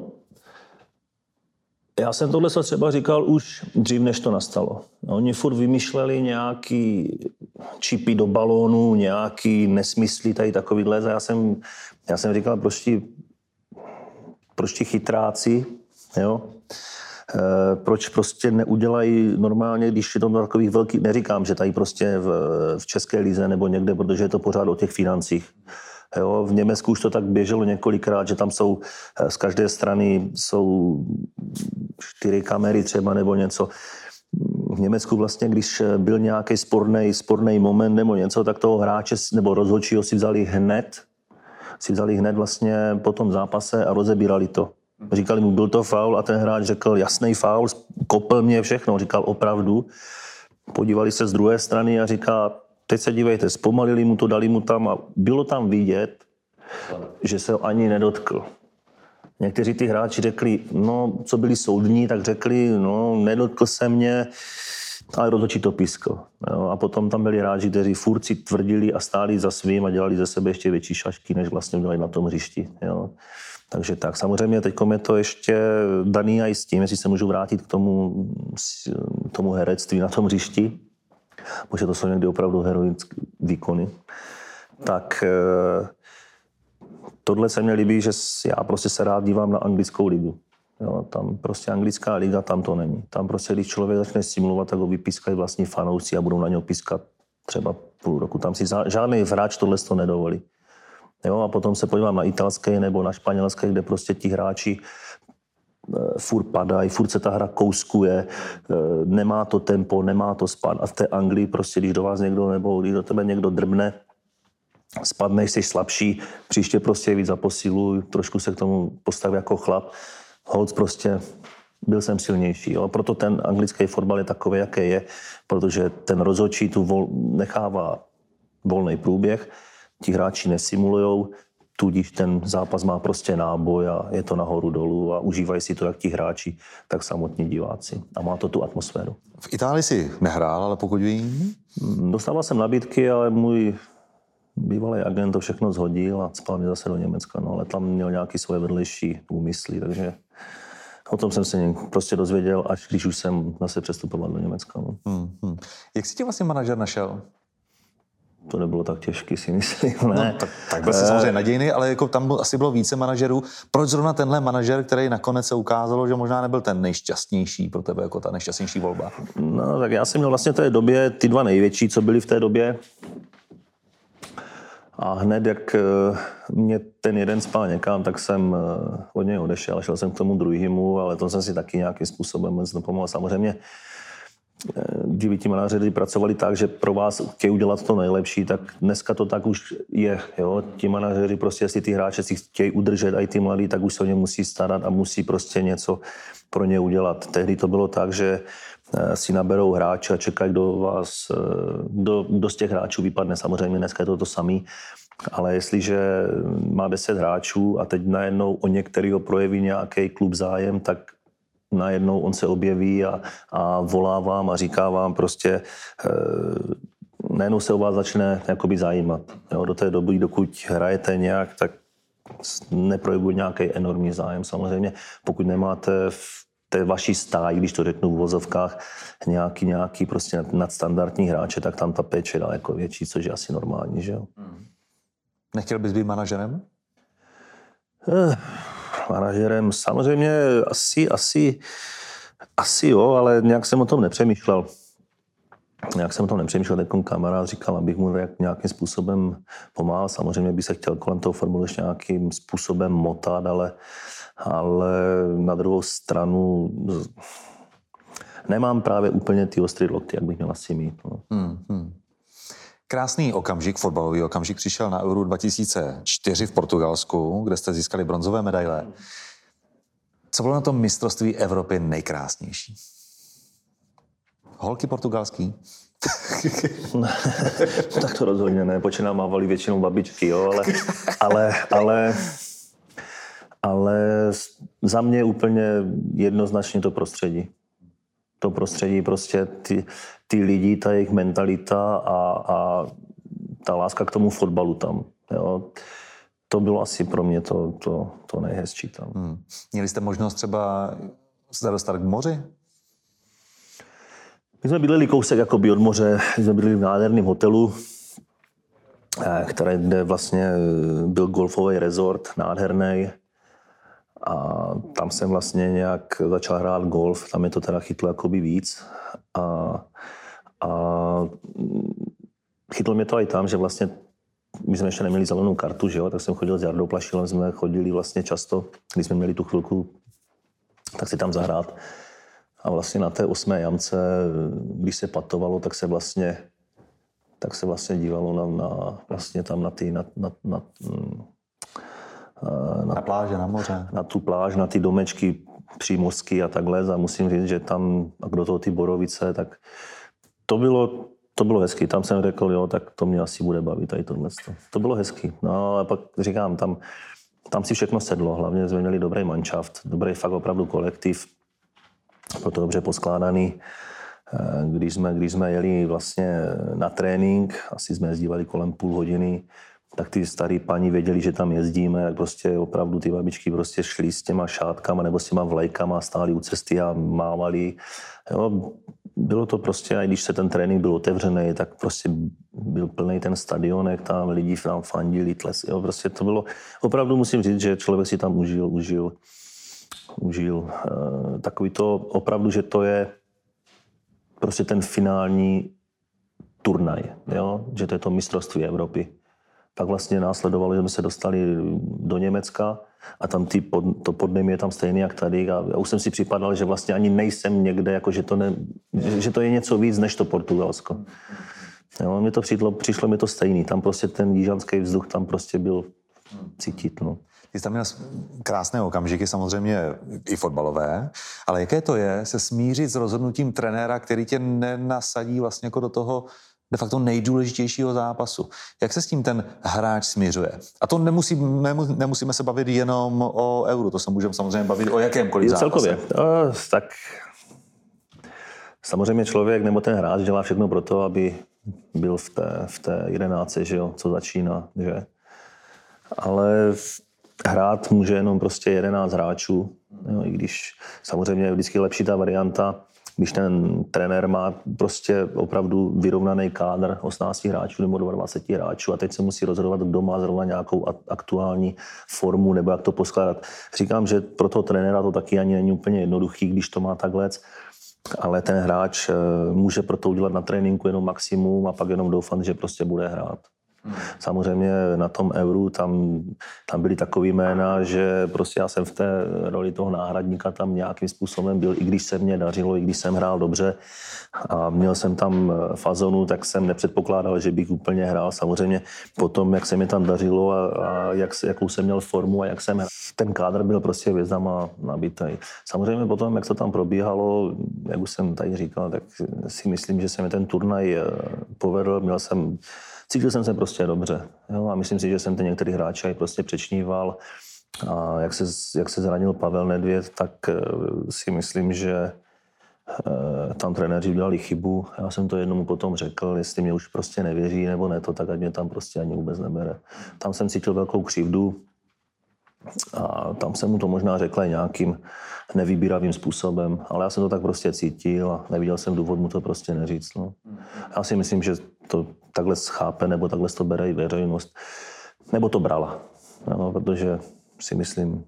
já jsem tohle třeba říkal už dřív, než to nastalo. Oni furt vymýšleli nějaký čipy do balónu, nějaký nesmysly tady takovýhle. Já jsem, já jsem říkal, proč ti, proč ti chytráci, jo? E, proč prostě neudělají normálně, když je to takových velkých, neříkám, že tady prostě v, v České lize nebo někde, protože je to pořád o těch financích. Jo, v Německu už to tak běželo několikrát, že tam jsou z každé strany jsou čtyři kamery třeba nebo něco. V Německu vlastně, když byl nějaký sporný, sporný moment nebo něco, tak toho hráče nebo rozhodčího si vzali hned, si vzali hned vlastně po tom zápase a rozebírali to. Říkali mu, byl to faul a ten hráč řekl, jasný faul, kopl mě všechno, říkal opravdu. Podívali se z druhé strany a říká, teď se dívejte, zpomalili mu to, dali mu tam a bylo tam vidět, že se ho ani nedotkl. Někteří ty hráči řekli, no, co byli soudní, tak řekli, no, nedotkl se mě, ale rozhodčí to pískl. Jo, a potom tam byli hráči, kteří furt si tvrdili a stáli za svým a dělali ze sebe ještě větší šašky, než vlastně dělali na tom hřišti. Jo. Takže tak, samozřejmě teď je to ještě daný i s tím, jestli se můžu vrátit k tomu, k tomu herectví na tom hřišti, protože to jsou někdy opravdu heroické výkony, tak tohle se mně líbí, že já prostě se rád dívám na anglickou ligu. Jo, tam prostě anglická liga, tam to není. Tam prostě, když člověk začne simulovat, tak ho vypískají vlastní fanoušci a budou na něho pískat třeba půl roku. Tam si žádný hráč tohle to nedovolí. Jo, a potom se podívám na italské nebo na španělské, kde prostě ti hráči furt padají, furt se ta hra kouskuje, nemá to tempo, nemá to spad. A v té Anglii prostě, když do vás někdo nebo když do tebe někdo drbne, spadneš, jsi slabší, příště prostě víc zaposiluj, trošku se k tomu postaví jako chlap. Holc prostě byl jsem silnější. Jo. Proto ten anglický fotbal je takový, jaký je, protože ten rozhodčí tu vol, nechává volný průběh, ti hráči nesimulujou, tudíž ten zápas má prostě náboj a je to nahoru dolů a užívají si to jak ti hráči, tak samotní diváci. A má to tu atmosféru. V Itálii si nehrál, ale pokud vím... Dostával jsem nabídky, ale můj bývalý agent to všechno zhodil a spal mě zase do Německa. No, ale tam měl nějaké svoje vedlejší úmysly, takže o tom jsem se prostě dozvěděl, až když už jsem zase přestupoval do Německa. No. Hmm, hmm. Jak si tě vlastně manažer našel? To nebylo tak těžký, si myslím. Ne. No, tak, tak byl jsi samozřejmě nadějný, ale jako tam byl, asi bylo více manažerů. Proč zrovna tenhle manažer, který nakonec se ukázalo, že možná nebyl ten nejšťastnější pro tebe, jako ta nejšťastnější volba? No, tak já jsem měl vlastně v té době ty dva největší, co byli v té době. A hned, jak mě ten jeden spal někam, tak jsem od něj odešel. Šel jsem k tomu druhému, ale to jsem si taky nějakým způsobem moc nepomohl. Samozřejmě kdyby ti manažeři pracovali tak, že pro vás chtějí udělat to nejlepší, tak dneska to tak už je. Jo? Ti manažeři prostě, jestli ty hráče si chtějí udržet, a i ty mladí, tak už se o ně musí starat a musí prostě něco pro ně udělat. Tehdy to bylo tak, že si naberou hráče a čekají, kdo vás, kdo, kdo z těch hráčů vypadne. Samozřejmě dneska je to to samé. Ale jestliže má deset hráčů a teď najednou o některého projeví nějaký klub zájem, tak najednou on se objeví a, a volá vám a říká vám prostě, e, najednou se o vás začne jakoby zajímat. Jo, do té doby, dokud hrajete nějak, tak neprojevuje nějaký enormní zájem. Samozřejmě, pokud nemáte v té vaší stáji, když to řeknu v vozovkách, nějaký, nějaký prostě nadstandardní hráče, tak tam ta péče je daleko větší, což je asi normální, že jo. Nechtěl bys být manažerem? Eh. Manažerem, samozřejmě asi, asi, asi jo, ale nějak jsem o tom nepřemýšlel. Nějak jsem o tom nepřemýšlel, takový kamarád říkal, abych mu nějakým způsobem pomáhal. Samozřejmě bych se chtěl kolem toho fotbalu ještě nějakým způsobem motat, ale, ale na druhou stranu nemám právě úplně ty ostrý lokty, jak bych měl asi mít. No. Hmm, hmm. Krásný okamžik, fotbalový okamžik, přišel na Euro dva tisíce čtyři v Portugalsku, kde jste získali bronzové medaile. Co bylo na tom mistrovství Evropy nejkrásnější? Holky portugalský? Tak to rozhodně ne, počínám mávali většinou babičky, jo, ale, ale, ale, ale za mě úplně jednoznačně to prostředí. To prostředí, prostě ty, ty lidi, ta jejich mentalita a, a ta láska k tomu fotbalu tam, jo. To bylo asi pro mě to, to, to nejhezčí tam. Hmm. Měli jste možnost třeba se dostat k moři? My jsme bydleli kousek jakoby od moře, my jsme bydleli v nádherném hotelu, které, kde vlastně byl golfový resort, nádherný. A tam jsem vlastně nějak začal hrát golf, tam je to teda chytlo jakoby víc. A, a chytlo mě to i tam, že vlastně my jsme ještě neměli zelenou kartu, že jo, tak jsem chodil s Jardou Plašilem, jsme chodili vlastně často, když jsme měli tu chvilku, tak si tam zahrát. A vlastně na té osmé jamce, když se patovalo, tak se vlastně, tak se vlastně dívalo na, na vlastně tam na ty, na, na, na, na, na pláže, na moře. Na tu pláž, na ty domečky přímořský a takhle. A musím říct, že tam, a do toho ty borovice, tak to bylo, to bylo hezký. Tam jsem řekl, jo, tak to mě asi bude bavit tady tohle. To bylo hezký. No ale pak říkám, tam, tam si všechno sedlo. Hlavně jsme měli dobrý manšaft, dobrý fakt opravdu kolektiv. Bylo to dobře poskládaný. Když jsme, když jsme jeli vlastně na trénink, asi jsme jezdívali kolem půl hodiny, tak ty starý paní věděli, že tam jezdíme, tak prostě opravdu ty babičky prostě šly s těma šátkama nebo s těma vlajkama, stáli u cesty a mávali. Jo, bylo to prostě, a když se ten trénink byl otevřený, tak prostě byl plný ten stadionek, tam lidi tam fandili, tles, jo, prostě to bylo, opravdu musím říct, že člověk si tam užil, užil, užil uh, takový to opravdu, že to je prostě ten finální turnaj, jo, že to je to mistrovství Evropy. Pak vlastně následovalo, že jsme se dostali do Německa a tam ty pod, to podnebí je tam stejný jak tady. A já už jsem si připadal, že vlastně ani nejsem někde, jako že, to ne, že to je něco víc než to Portugalsko. Jo, mně to přišlo, přišlo mi to stejný. Tam prostě ten jižanský vzduch tam prostě byl cítit. No. Ty jsi tam měl krásné okamžiky, samozřejmě i fotbalové, ale jaké to je se smířit s rozhodnutím trenéra, který tě nenasadí vlastně jako do toho de facto nejdůležitějšího zápasu. Jak se s tím ten hráč směřuje? A to nemusí, nemusíme se bavit jenom o euru, to se můžeme samozřejmě bavit o jakémkoliv zápase. Celkově. No, tak samozřejmě člověk nebo ten hráč dělá všechno pro to, aby byl v té, v té jedenáctce, že jo, co začíná, že? Ale hrát může jenom prostě jedenáct hráčů, jo, i když samozřejmě je vždycky lepší ta varianta, když ten trenér má prostě opravdu vyrovnaný kádr osmnácti hráčů nebo dvaceti hráčů a teď se musí rozhodovat, kdo má zrovna nějakou aktuální formu nebo jak to poskládat. Říkám, že pro toho trenéra to taky ani není úplně jednoduchý, když to má takhle, ale ten hráč může pro to udělat na tréninku jenom maximum a pak jenom doufat, že prostě bude hrát. Samozřejmě na tom euru tam, tam byly takový jména, že prostě já jsem v té roli toho náhradníka tam nějakým způsobem byl, i když se mě dařilo, i když jsem hrál dobře a měl jsem tam fazonu, tak jsem nepředpokládal, že bych úplně hrál. Samozřejmě potom, jak se mi tam dařilo a, a jak, jakou jsem měl formu a jak jsem hrál. Ten kádr byl prostě hvězdama nabitý. Samozřejmě potom, jak to tam probíhalo, jak už jsem tady říkal, tak si myslím, že se mi ten turnaj povedl. Měl jsem Cítil jsem se prostě dobře. Jo? A myslím si, že jsem ten některý hráče prostě přečníval. A jak se, jak se zranil Pavel Nedvěd, tak si myslím, že tam trenéři udělali chybu. Já jsem to jednomu potom řekl, jestli mě už prostě nevěří nebo ne to, tak ať mě tam prostě ani vůbec nebere. Tam jsem cítil velkou křivdu a tam jsem mu to možná řekl nějakým nevybíravým způsobem, ale já jsem to tak prostě cítil a neviděl jsem důvod mu to prostě neříct. No. Já si myslím, že to takhle chápe, nebo takhle to bere i veřejnost, nebo to brala, no, protože si myslím,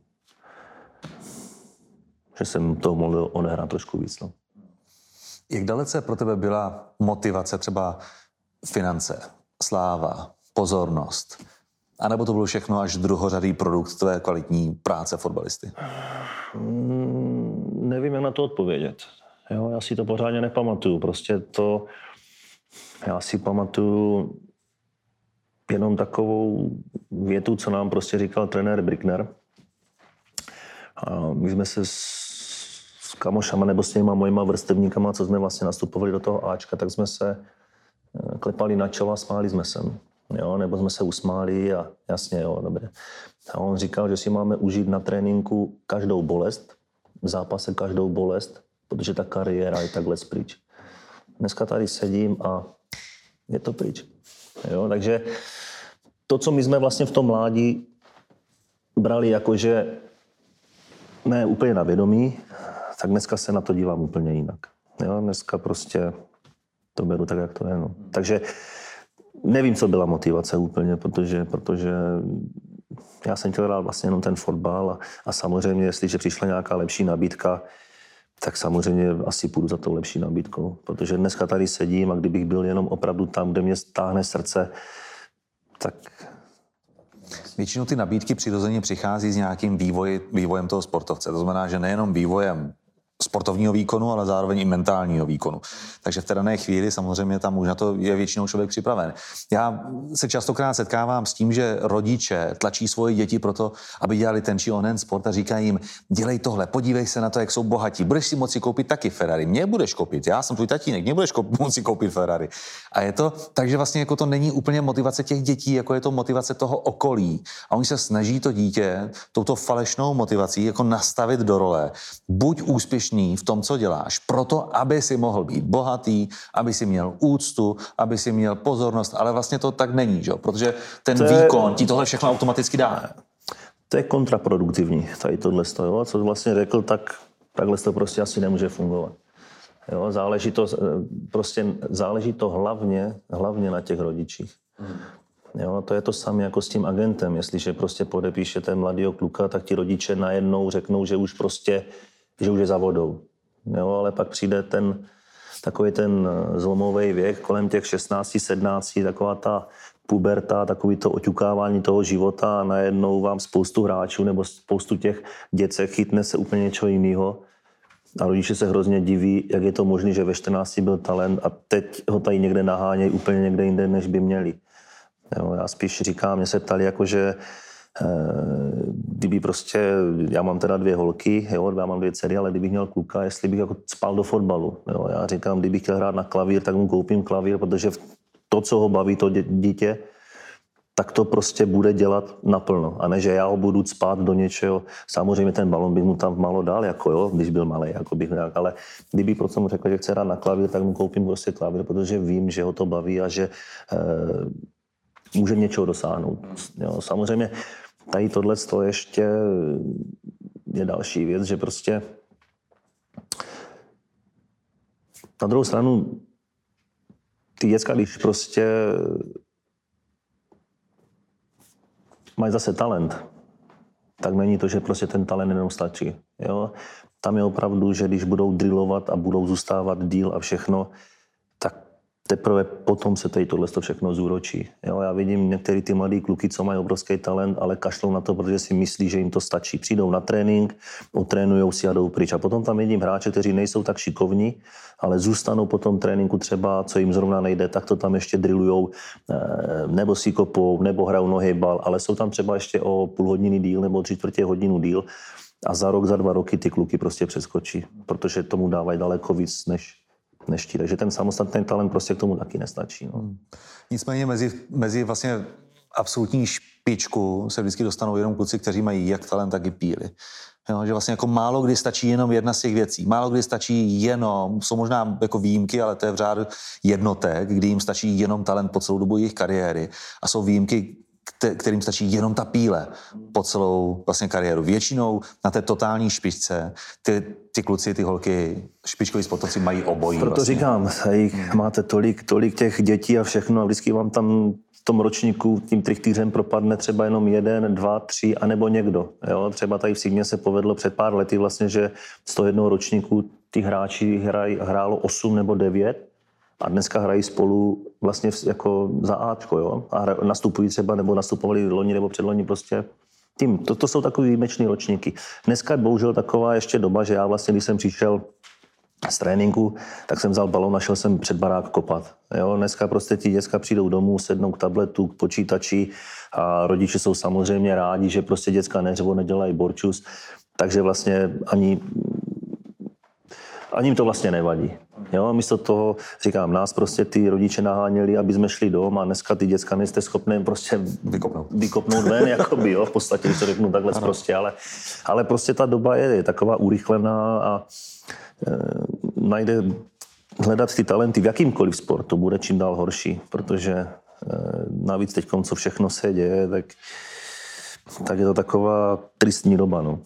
že jsem to mohl odehrát trošku víc. No. Jak dalece pro tebe byla motivace, třeba finance, sláva, pozornost? A nebo to bylo všechno až druhořadý produkt tvé kvalitní práce fotbalisty? Hmm, nevím, jak na to odpovědět. Jo, já si to pořádně nepamatuju. Prostě to... Já si pamatuju jenom takovou větu, co nám prostě říkal trenér Brickner. A my jsme se s kamošama nebo s těma mojima vrstevníkama, co jsme vlastně nastupovali do toho Ačka, tak jsme se klepali na čelo a smáli jsme se. Jo, nebo jsme se usmáli a jasně, jo, dobře. A on říkal, že si máme užít na tréninku každou bolest, v zápase každou bolest, protože ta kariéra je takhle pryč. Dneska tady sedím a je to pryč. Jo, takže to, co my jsme vlastně v tom mládí brali jakože ne úplně na vědomí, tak dneska se na to dívám úplně jinak. Jo, dneska prostě to beru tak, jak to je. No. Takže nevím, co byla motivace úplně, protože, protože já jsem chtěl hrát vlastně jenom ten fotbal a, a samozřejmě, jestliže přišla nějaká lepší nabídka, tak samozřejmě asi půjdu za tou lepší nabídkou. Protože dneska tady sedím a kdybych byl jenom opravdu tam, kde mě stáhne srdce, tak... Většinou ty nabídky přirozeně přichází s nějakým vývoj, vývojem toho sportovce. To znamená, že nejenom vývojem sportovního výkonu, ale zároveň i mentálního výkonu. Takže v té dané chvíli samozřejmě tam už na to je většinou člověk připraven. Já se častokrát setkávám s tím, že rodiče tlačí svoje děti proto, aby dělali ten či onen sport a říkají jim, dělej tohle, podívej se na to, jak jsou bohatí, budeš si moci koupit taky Ferrari, mě budeš koupit, já jsem tvůj tatínek, mě budeš koupit, moci koupit Ferrari. A je to, takže vlastně jako to není úplně motivace těch dětí, jako je to motivace toho okolí. A oni se snaží to dítě touto falešnou motivací jako nastavit do role. Buď úspěšný v tom, co děláš, proto, aby si mohl být bohatý, aby si měl úctu, aby si měl pozornost, ale vlastně to tak není, že? Protože ten to výkon je, ti tohle všechno automaticky dá. To je kontraproduktivní, tady tohle, jo? Co vlastně řekl, tak takhle to prostě asi nemůže fungovat. Jo? Záleží to, prostě záleží to hlavně, hlavně na těch rodičích. Hmm. Jo? To je to samé jako s tím agentem, jestliže prostě podepíšete mladýho kluka, tak ti rodiče najednou řeknou, že už prostě že už je za vodou. Jo, ale pak přijde ten takový ten zlomový věk kolem těch šestnáct sedmnáct, taková ta puberta, takový to oťukávání toho života a najednou vám spoustu hráčů nebo spoustu těch děcek chytne se úplně něčeho jiného. A rodiče se hrozně diví, jak je to možné, že ve čtrnácti byl talent a teď ho tady někde nahánějí úplně někde jinde, než by měli. Jo, já spíš říkám, mě se ptali, jakože kdyby prostě, já mám teda dvě holky, jo, já mám dvě dcery, ale kdybych měl kluka, jestli bych jako spal do fotbalu. Jo, já říkám, kdybych chtěl hrát na klavír, tak mu koupím klavír, protože to, co ho baví, to dítě, tak to prostě bude dělat naplno. A ne, že já ho budu spát do něčeho. Samozřejmě ten balon bych mu tam málo dal, jako jo, když byl malý, jako bych nějak, ale kdyby prostě mu řekl, že chce hrát na klavír, tak mu koupím prostě klavír, protože vím, že ho to baví a že eh, může něčeho dosáhnout. Jo, samozřejmě tady tohle to ještě je další věc, že prostě na druhou stranu ty děcka, když prostě mají zase talent, tak není to, že prostě ten talent jenom stačí. Jo? Tam je opravdu, že když budou drillovat a budou zůstávat díl a všechno, tak teprve potom se tady tohle všechno zúročí. Jo, já vidím některé ty mladé kluky, co mají obrovský talent, ale kašlou na to, protože si myslí, že jim to stačí. Přijdou na trénink, otrénujou si a jdou pryč. A potom tam vidím hráče, kteří nejsou tak šikovní, ale zůstanou po tom tréninku třeba, co jim zrovna nejde, tak to tam ještě drillujou, nebo si kopou, nebo hrajou nohybal, ale jsou tam třeba ještě o půl hodiny díl nebo tři čtvrtě hodinu díl a za rok, za dva roky ty kluky prostě přeskočí, protože tomu dávají daleko víc než než ti. Takže ten samostatný talent prostě k tomu taky nestačí. No. Hmm. Nicméně mezi, mezi vlastně absolutní špičku se vždycky dostanou jenom kluci, kteří mají jak talent, tak i píly. Jo, že vlastně jako málo kdy stačí jenom jedna z těch věcí. Málo kdy stačí jenom, jsou možná jako výjimky, ale to je v řádu jednotek, kdy jim stačí jenom talent po celou dobu jejich kariéry. A jsou výjimky, kterým stačí jenom ta píle po celou vlastně kariéru. Většinou na té totální špičce ty, ty kluci, ty holky, špičkoví sportovci mají obojí. Proto vlastně říkám, hmm. máte tolik, tolik těch dětí a všechno a vždycky vám tam v tom ročníku tím trichtýřem propadne třeba jenom jeden, dva, tři, anebo někdo. Jo? Třeba tady v Signě se povedlo před pár lety vlastně, že z toho jednoho ročníku ty hráči hraj, hrálo osm nebo devět a dneska hrají spolu vlastně jako za Ačko, jo? A nastupují třeba, nebo nastupovali loni nebo předloni prostě tým. To, to jsou takový výjimečný ročníky. Dneska je bohužel taková ještě doba, že já vlastně, když jsem přišel z tréninku, tak jsem vzal balón a šel jsem před barák kopat. Jo? Dneska prostě ti děcka přijdou domů, sednou k tabletu, k počítači a rodiče jsou samozřejmě rádi, že prostě děcka neřvou, nedělají borčus, takže vlastně ani ani jim to vlastně nevadí. Jo, místo toho, říkám, nás prostě ty rodiče naháněli, aby jsme šli dom a dneska ty děcka nejste schopné prostě vykopnout, vykopnout ven, jakoby, jo, v podstatě, když to řeknu takhle prostě, ale, ale prostě ta doba je, je taková urychlená a e, najde hledat ty talenty v jakýmkoliv sportu bude čím dál horší, protože e, navíc teď, co všechno se děje, tak, tak je to taková tristní doba, no.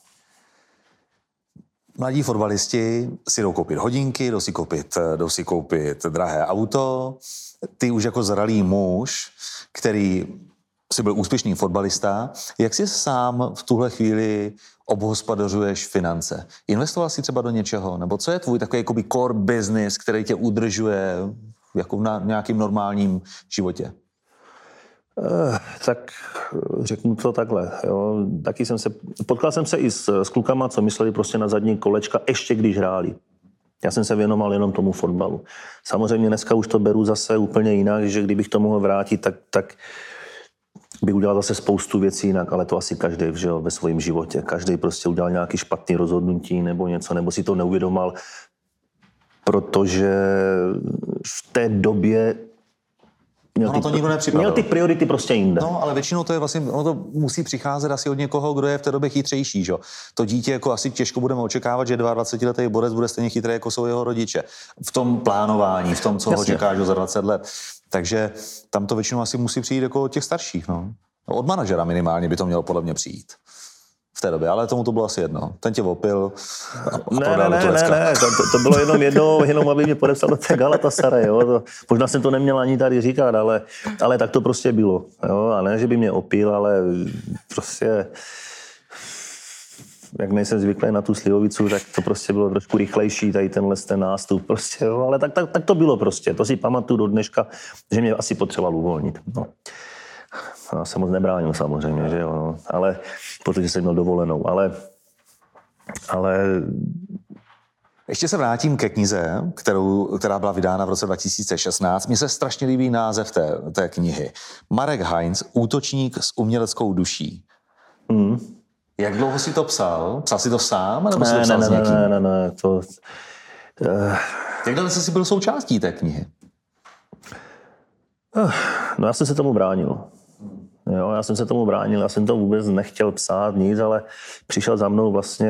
Mladí fotbalisti si jdou koupit hodinky, jdou si koupit, jdou si koupit drahé auto. Ty už jako zralý muž, který si byl úspěšný fotbalista, jak si sám v tuhle chvíli obhospodařuješ finance? Investoval jsi třeba do něčeho? Nebo co je tvůj takový jakoby core business, který tě udržuje jako v nějakým normálním životě? Eh, tak řeknu to takhle. Jo. Taky jsem se, potkal jsem se i s, s klukama, co mysleli prostě na zadní kolečka, ještě když hráli. Já jsem se věnoval jenom tomu fotbalu. Samozřejmě dneska už to beru zase úplně jinak, že kdybych to mohl vrátit, tak, tak bych udělal zase spoustu věcí jinak, ale to asi každý, že jo, ve svém životě. Každý prostě udělal nějaký špatný rozhodnutí nebo něco, nebo si to neuvědomal, protože v té době Měl, no, ty, to nikdo nepřipadalo. Měl ty priority prostě jinde. No, ale většinou to je vlastně, ono to musí přicházet asi od někoho, kdo je v té době chytřejší, že? To dítě jako asi těžko budeme očekávat, že dvacetiletý borec bude stejně chytrý, jako jsou jeho rodiče. V tom plánování, v tom, co Jasně. ho čeká za dvacet let. Takže tam to většinou asi musí přijít jako od těch starších, no. Od manažera minimálně by to mělo podle mě přijít. V té době, ale tomu to bylo asi jedno. Ten tě opil a, a ne, ne, ne, ne, ne, to, to bylo jenom jedno, jenom aby mě podepsal do té Galatasaray, jo. To, možná jsem to neměl ani tady říkat, ale, ale tak to prostě bylo, jo. A ne, že by mě opil, ale prostě, jak nejsem zvyklý na tu slivovicu, tak to prostě bylo trošku rychlejší, tady tenhle ten nástup, prostě, jo. Ale tak, tak, tak to bylo prostě, to si pamatuju do dneška, že mě asi potřeboval uvolnit, no. Já jsem moc nebránil samozřejmě, že jo, no. Ale protože jsem měl dovolenou, ale, ale... Ještě se vrátím ke knize, kterou, která byla vydána v roce dva tisíce šestnáct. Mně se strašně líbí název té, té knihy. Marek Heinz, útočník s uměleckou duší. Mm. Jak dlouho jsi to psal? Psal jsi to sám, nebo jsi to ne, psal ne, s někým? Ne, ne, ne, to... Uh... Jak dlouho jsi byl součástí té knihy? Uh, no já jsem se tomu bránil. Jo, já jsem se tomu bránil, já jsem to vůbec nechtěl psát nic, ale přišel za mnou vlastně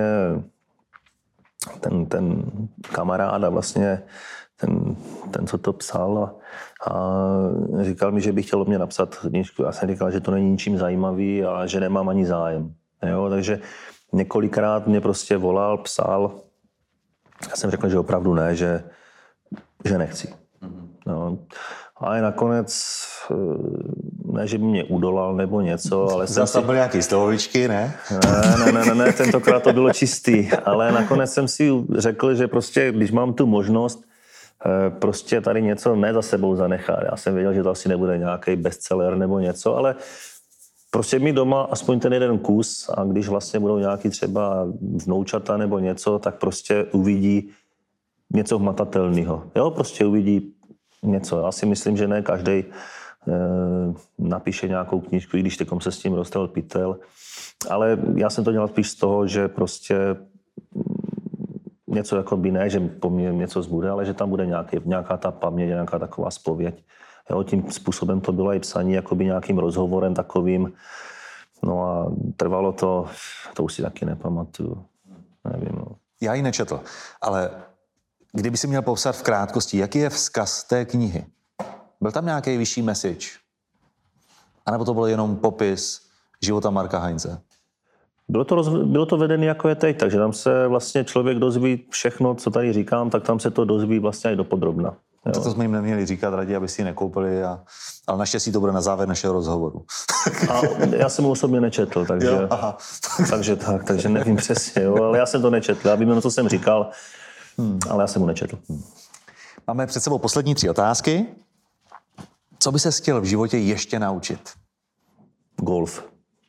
ten, ten kamarád a vlastně ten, ten, co to psal a, a říkal mi, že by chtěl o mě napsat knížku. Já jsem říkal, že to není ničím zajímavý a že nemám ani zájem. Jo, takže několikrát mě prostě volal, psal. Já jsem řekl, že opravdu ne, že, že nechci. No. A nakonec, ne, že by mě udolal nebo něco, ale jsem si... tam byly nějaký slovičky, ne? Ne, ne, ne, ne, tentokrát to bylo čistý, ale nakonec jsem si řekl, že prostě, když mám tu možnost, prostě tady něco ne za sebou zanechat. Já jsem věděl, že to asi nebude nějaký bestseller nebo něco, ale prostě mi doma aspoň ten jeden kus a když vlastně budou nějaký třeba vnoučata nebo něco, tak prostě uvidí něco hmatatelného. Jo, prostě uvidí něco. Já si myslím, že ne každý e, napíše nějakou knížku, i když teďkom se s tím roztrhl pytel. Ale já jsem to dělal spíš z toho, že prostě něco jako by ne, že po mně něco zbude, ale že tam bude nějaký, nějaká ta paměť, nějaká taková zpověď. Jo, tím způsobem to bylo i psaní jakoby nějakým rozhovorem takovým. No a trvalo to, to už si taky nepamatuju. Nevím, no. Já ji nečetl, ale kdyby si měl popsat v krátkosti, jaký je vzkaz té knihy? Byl tam nějaký vyšší message? A nebo to bylo jenom popis života Marka Heinze? Bylo to, roz, bylo to vedené jako je teď, takže tam se vlastně člověk dozví všechno, co tady říkám, tak tam se to dozví vlastně i dopodrobna. To, to jsme jim neměli říkat raději, aby si ji nekoupili, a, ale naštěstí to bude na závěr našeho rozhovoru. A já jsem ho osobně nečetl, takže, jo, aha. takže, tak, takže nevím přesně, jo, ale já jsem to nečetl, já vím jenom, co jsem říkal, hmm. ale já jsem ho nečetl. Hmm. Máme před sebou poslední tři otázky. Co by ses chtěl v životě ještě naučit? Golf.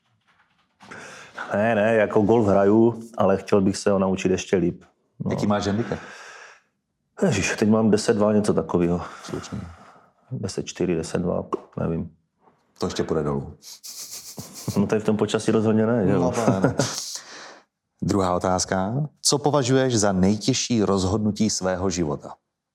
Ne, ne, jako golf hraju, ale chtěl bych se ho naučit ještě líp. No. Jaký máš handicap? Ježiš, teď mám deset dva, něco takového. Slušně. deset čtyři, deset dva, nevím. To ještě půjde dolů. No tady v tom počasí rozhodně ne, že jo? No, ne. Druhá otázka. Co považuješ za nejtěžší rozhodnutí svého života?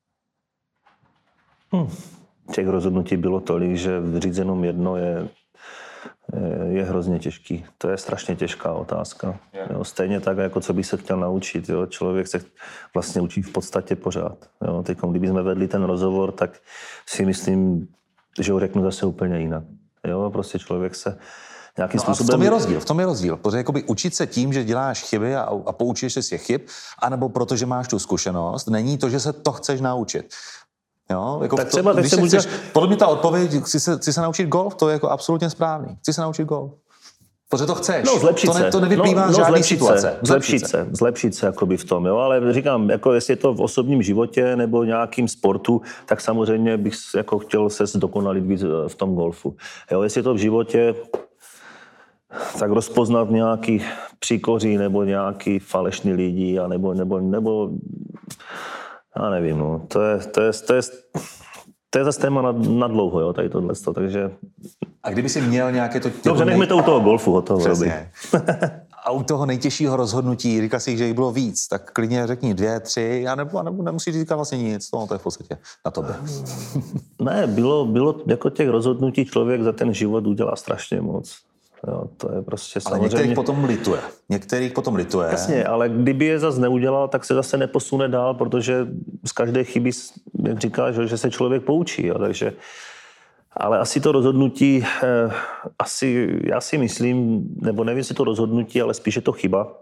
Hm. Těch rozhodnutí bylo tolik, že říct jenom jedno je, je hrozně těžký. To je strašně těžká otázka. Jo, stejně tak, jako co bych se chtěl naučit. Jo. Člověk se vlastně učí v podstatě pořád. Jo. Teď, kdybychom vedli ten rozhovor, tak si myslím, že ho řeknu zase úplně jinak. Jo, prostě člověk se nějakým no způsobem... v tom je rozdíl, v tom je rozdíl. Protože jakoby učit se tím, že děláš chyby a, a poučíš se z těch chyb, anebo protože máš tu zkušenost, není to, že se to chceš naučit. Jo, jako tak to, třeba, když se se může... chceš, podle mě ta odpověď, chci se, chci se naučit golf, to je jako absolutně správný. Chci se naučit golf. Protože to chceš. No, zlepšit to, ne, se. to nevyplývá no, z no, žádný zlepšit situace. Se, zlepšit se, zlepšit se jakoby v tom, jo. Ale říkám, jako jestli je to v osobním životě nebo nějakým sportu, tak samozřejmě bych jako chtěl se zdokonalit víc v tom golfu. Jo, jestli je to v životě, tak rozpoznat nějaký příkoří nebo nějaký falešný lidi, a nebo, nebo, nebo já nevím, no. To je, to je, to je, to je zase téma na, na dlouho, jo, tady tohleto, takže... A kdyby si měl nějaké to... Dobře, nechme to u toho golfu, hotovo. Přesně. A u toho nejtěžšího rozhodnutí, říkal jsi, že jich bylo víc, tak klidně řekni dvě, tři, a nebo, nebo nemusíš říkat vlastně nic, no, to je v podstatě na tobě. Ne, bylo, bylo jako těch rozhodnutí člověk za ten život udělá strašně moc. Jo, to je prostě ale samozřejmě... některých potom lituje. Některých potom lituje. Jasně, ale kdyby je zase neudělal, tak se zase neposune dál, protože z každé chyby, jak říkáš, že se člověk poučí. Jo, takže... Ale asi to rozhodnutí, eh, asi, já si myslím, nebo nevím, jestli to rozhodnutí, ale spíš je to chyba,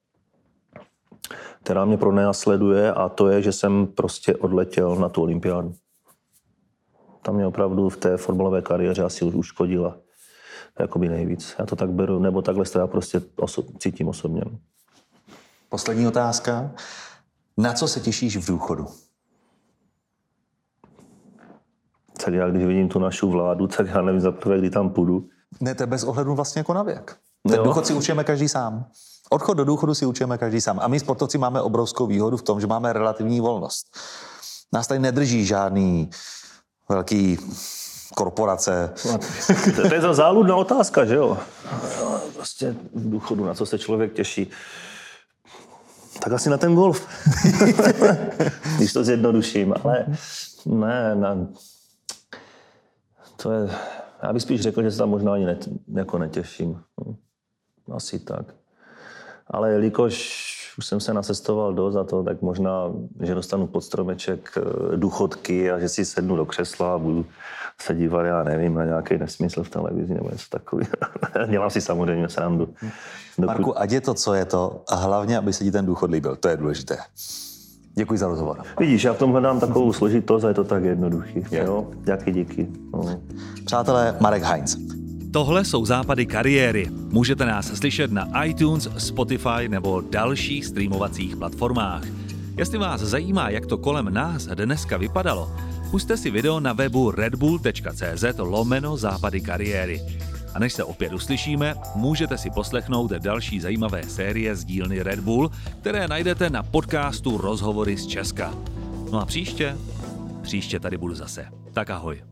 která mě pronásleduje, a to je, že jsem prostě odletěl na tu olympiádu. Tam mě opravdu v té fotbalové kariéře asi už uškodila jakoby nejvíc. Já to tak beru, nebo takhle to já prostě oso- cítím osobně. Poslední otázka. Na co se těšíš v důchodu? Tak já, když vidím tu naši vládu, tak já nevím za prvé, kdy tam půjdu. Ne, to je bez ohledu vlastně jako na věk. Ten Jo. důchod si určujeme každý sám. Odchod do důchodu si určujeme každý sám. A my sportovci máme obrovskou výhodu v tom, že máme relativní volnost. Nás tady nedrží žádný velký korporace. To, to je za záludná otázka, že jo? Prostě v důchodu, na co se člověk těší. Tak asi na ten golf. Když to zjednoduším, ale ne, ne. To je, já bych spíš řekl, že se tam možná ani net, jako netěším. Asi tak. Ale jelikož už jsem se nacestoval dost za to, tak možná, že dostanu pod stromeček důchodky a že si sednu do křesla a budu se dívat, já nevím, na nějaký nesmysl v televizi nebo něco takového. Dělám si samozřejmě srandu. Dokud... Marku, ať je to, co je to, a hlavně, aby se ti ten důchod líbil. To je důležité. Děkuji za rozhovor. Vidíš, já v tom hledám takovou složitost a je to tak jednoduchý. Jo? Díky, díky. No. Přátelé, Marek Heinz. Tohle jsou západy kariéry. Můžete nás slyšet na iTunes, Spotify nebo dalších streamovacích platformách. Jestli vás zajímá, jak to kolem nás dneska vypadalo, pusťte si video na webu redbull tečka cz lomeno západy kariéry. A než se opět uslyšíme, můžete si poslechnout další zajímavé série z dílny Red Bull, které najdete na podcastu Rozhovory z Česka. No a příště, příště tady budu zase. Tak ahoj.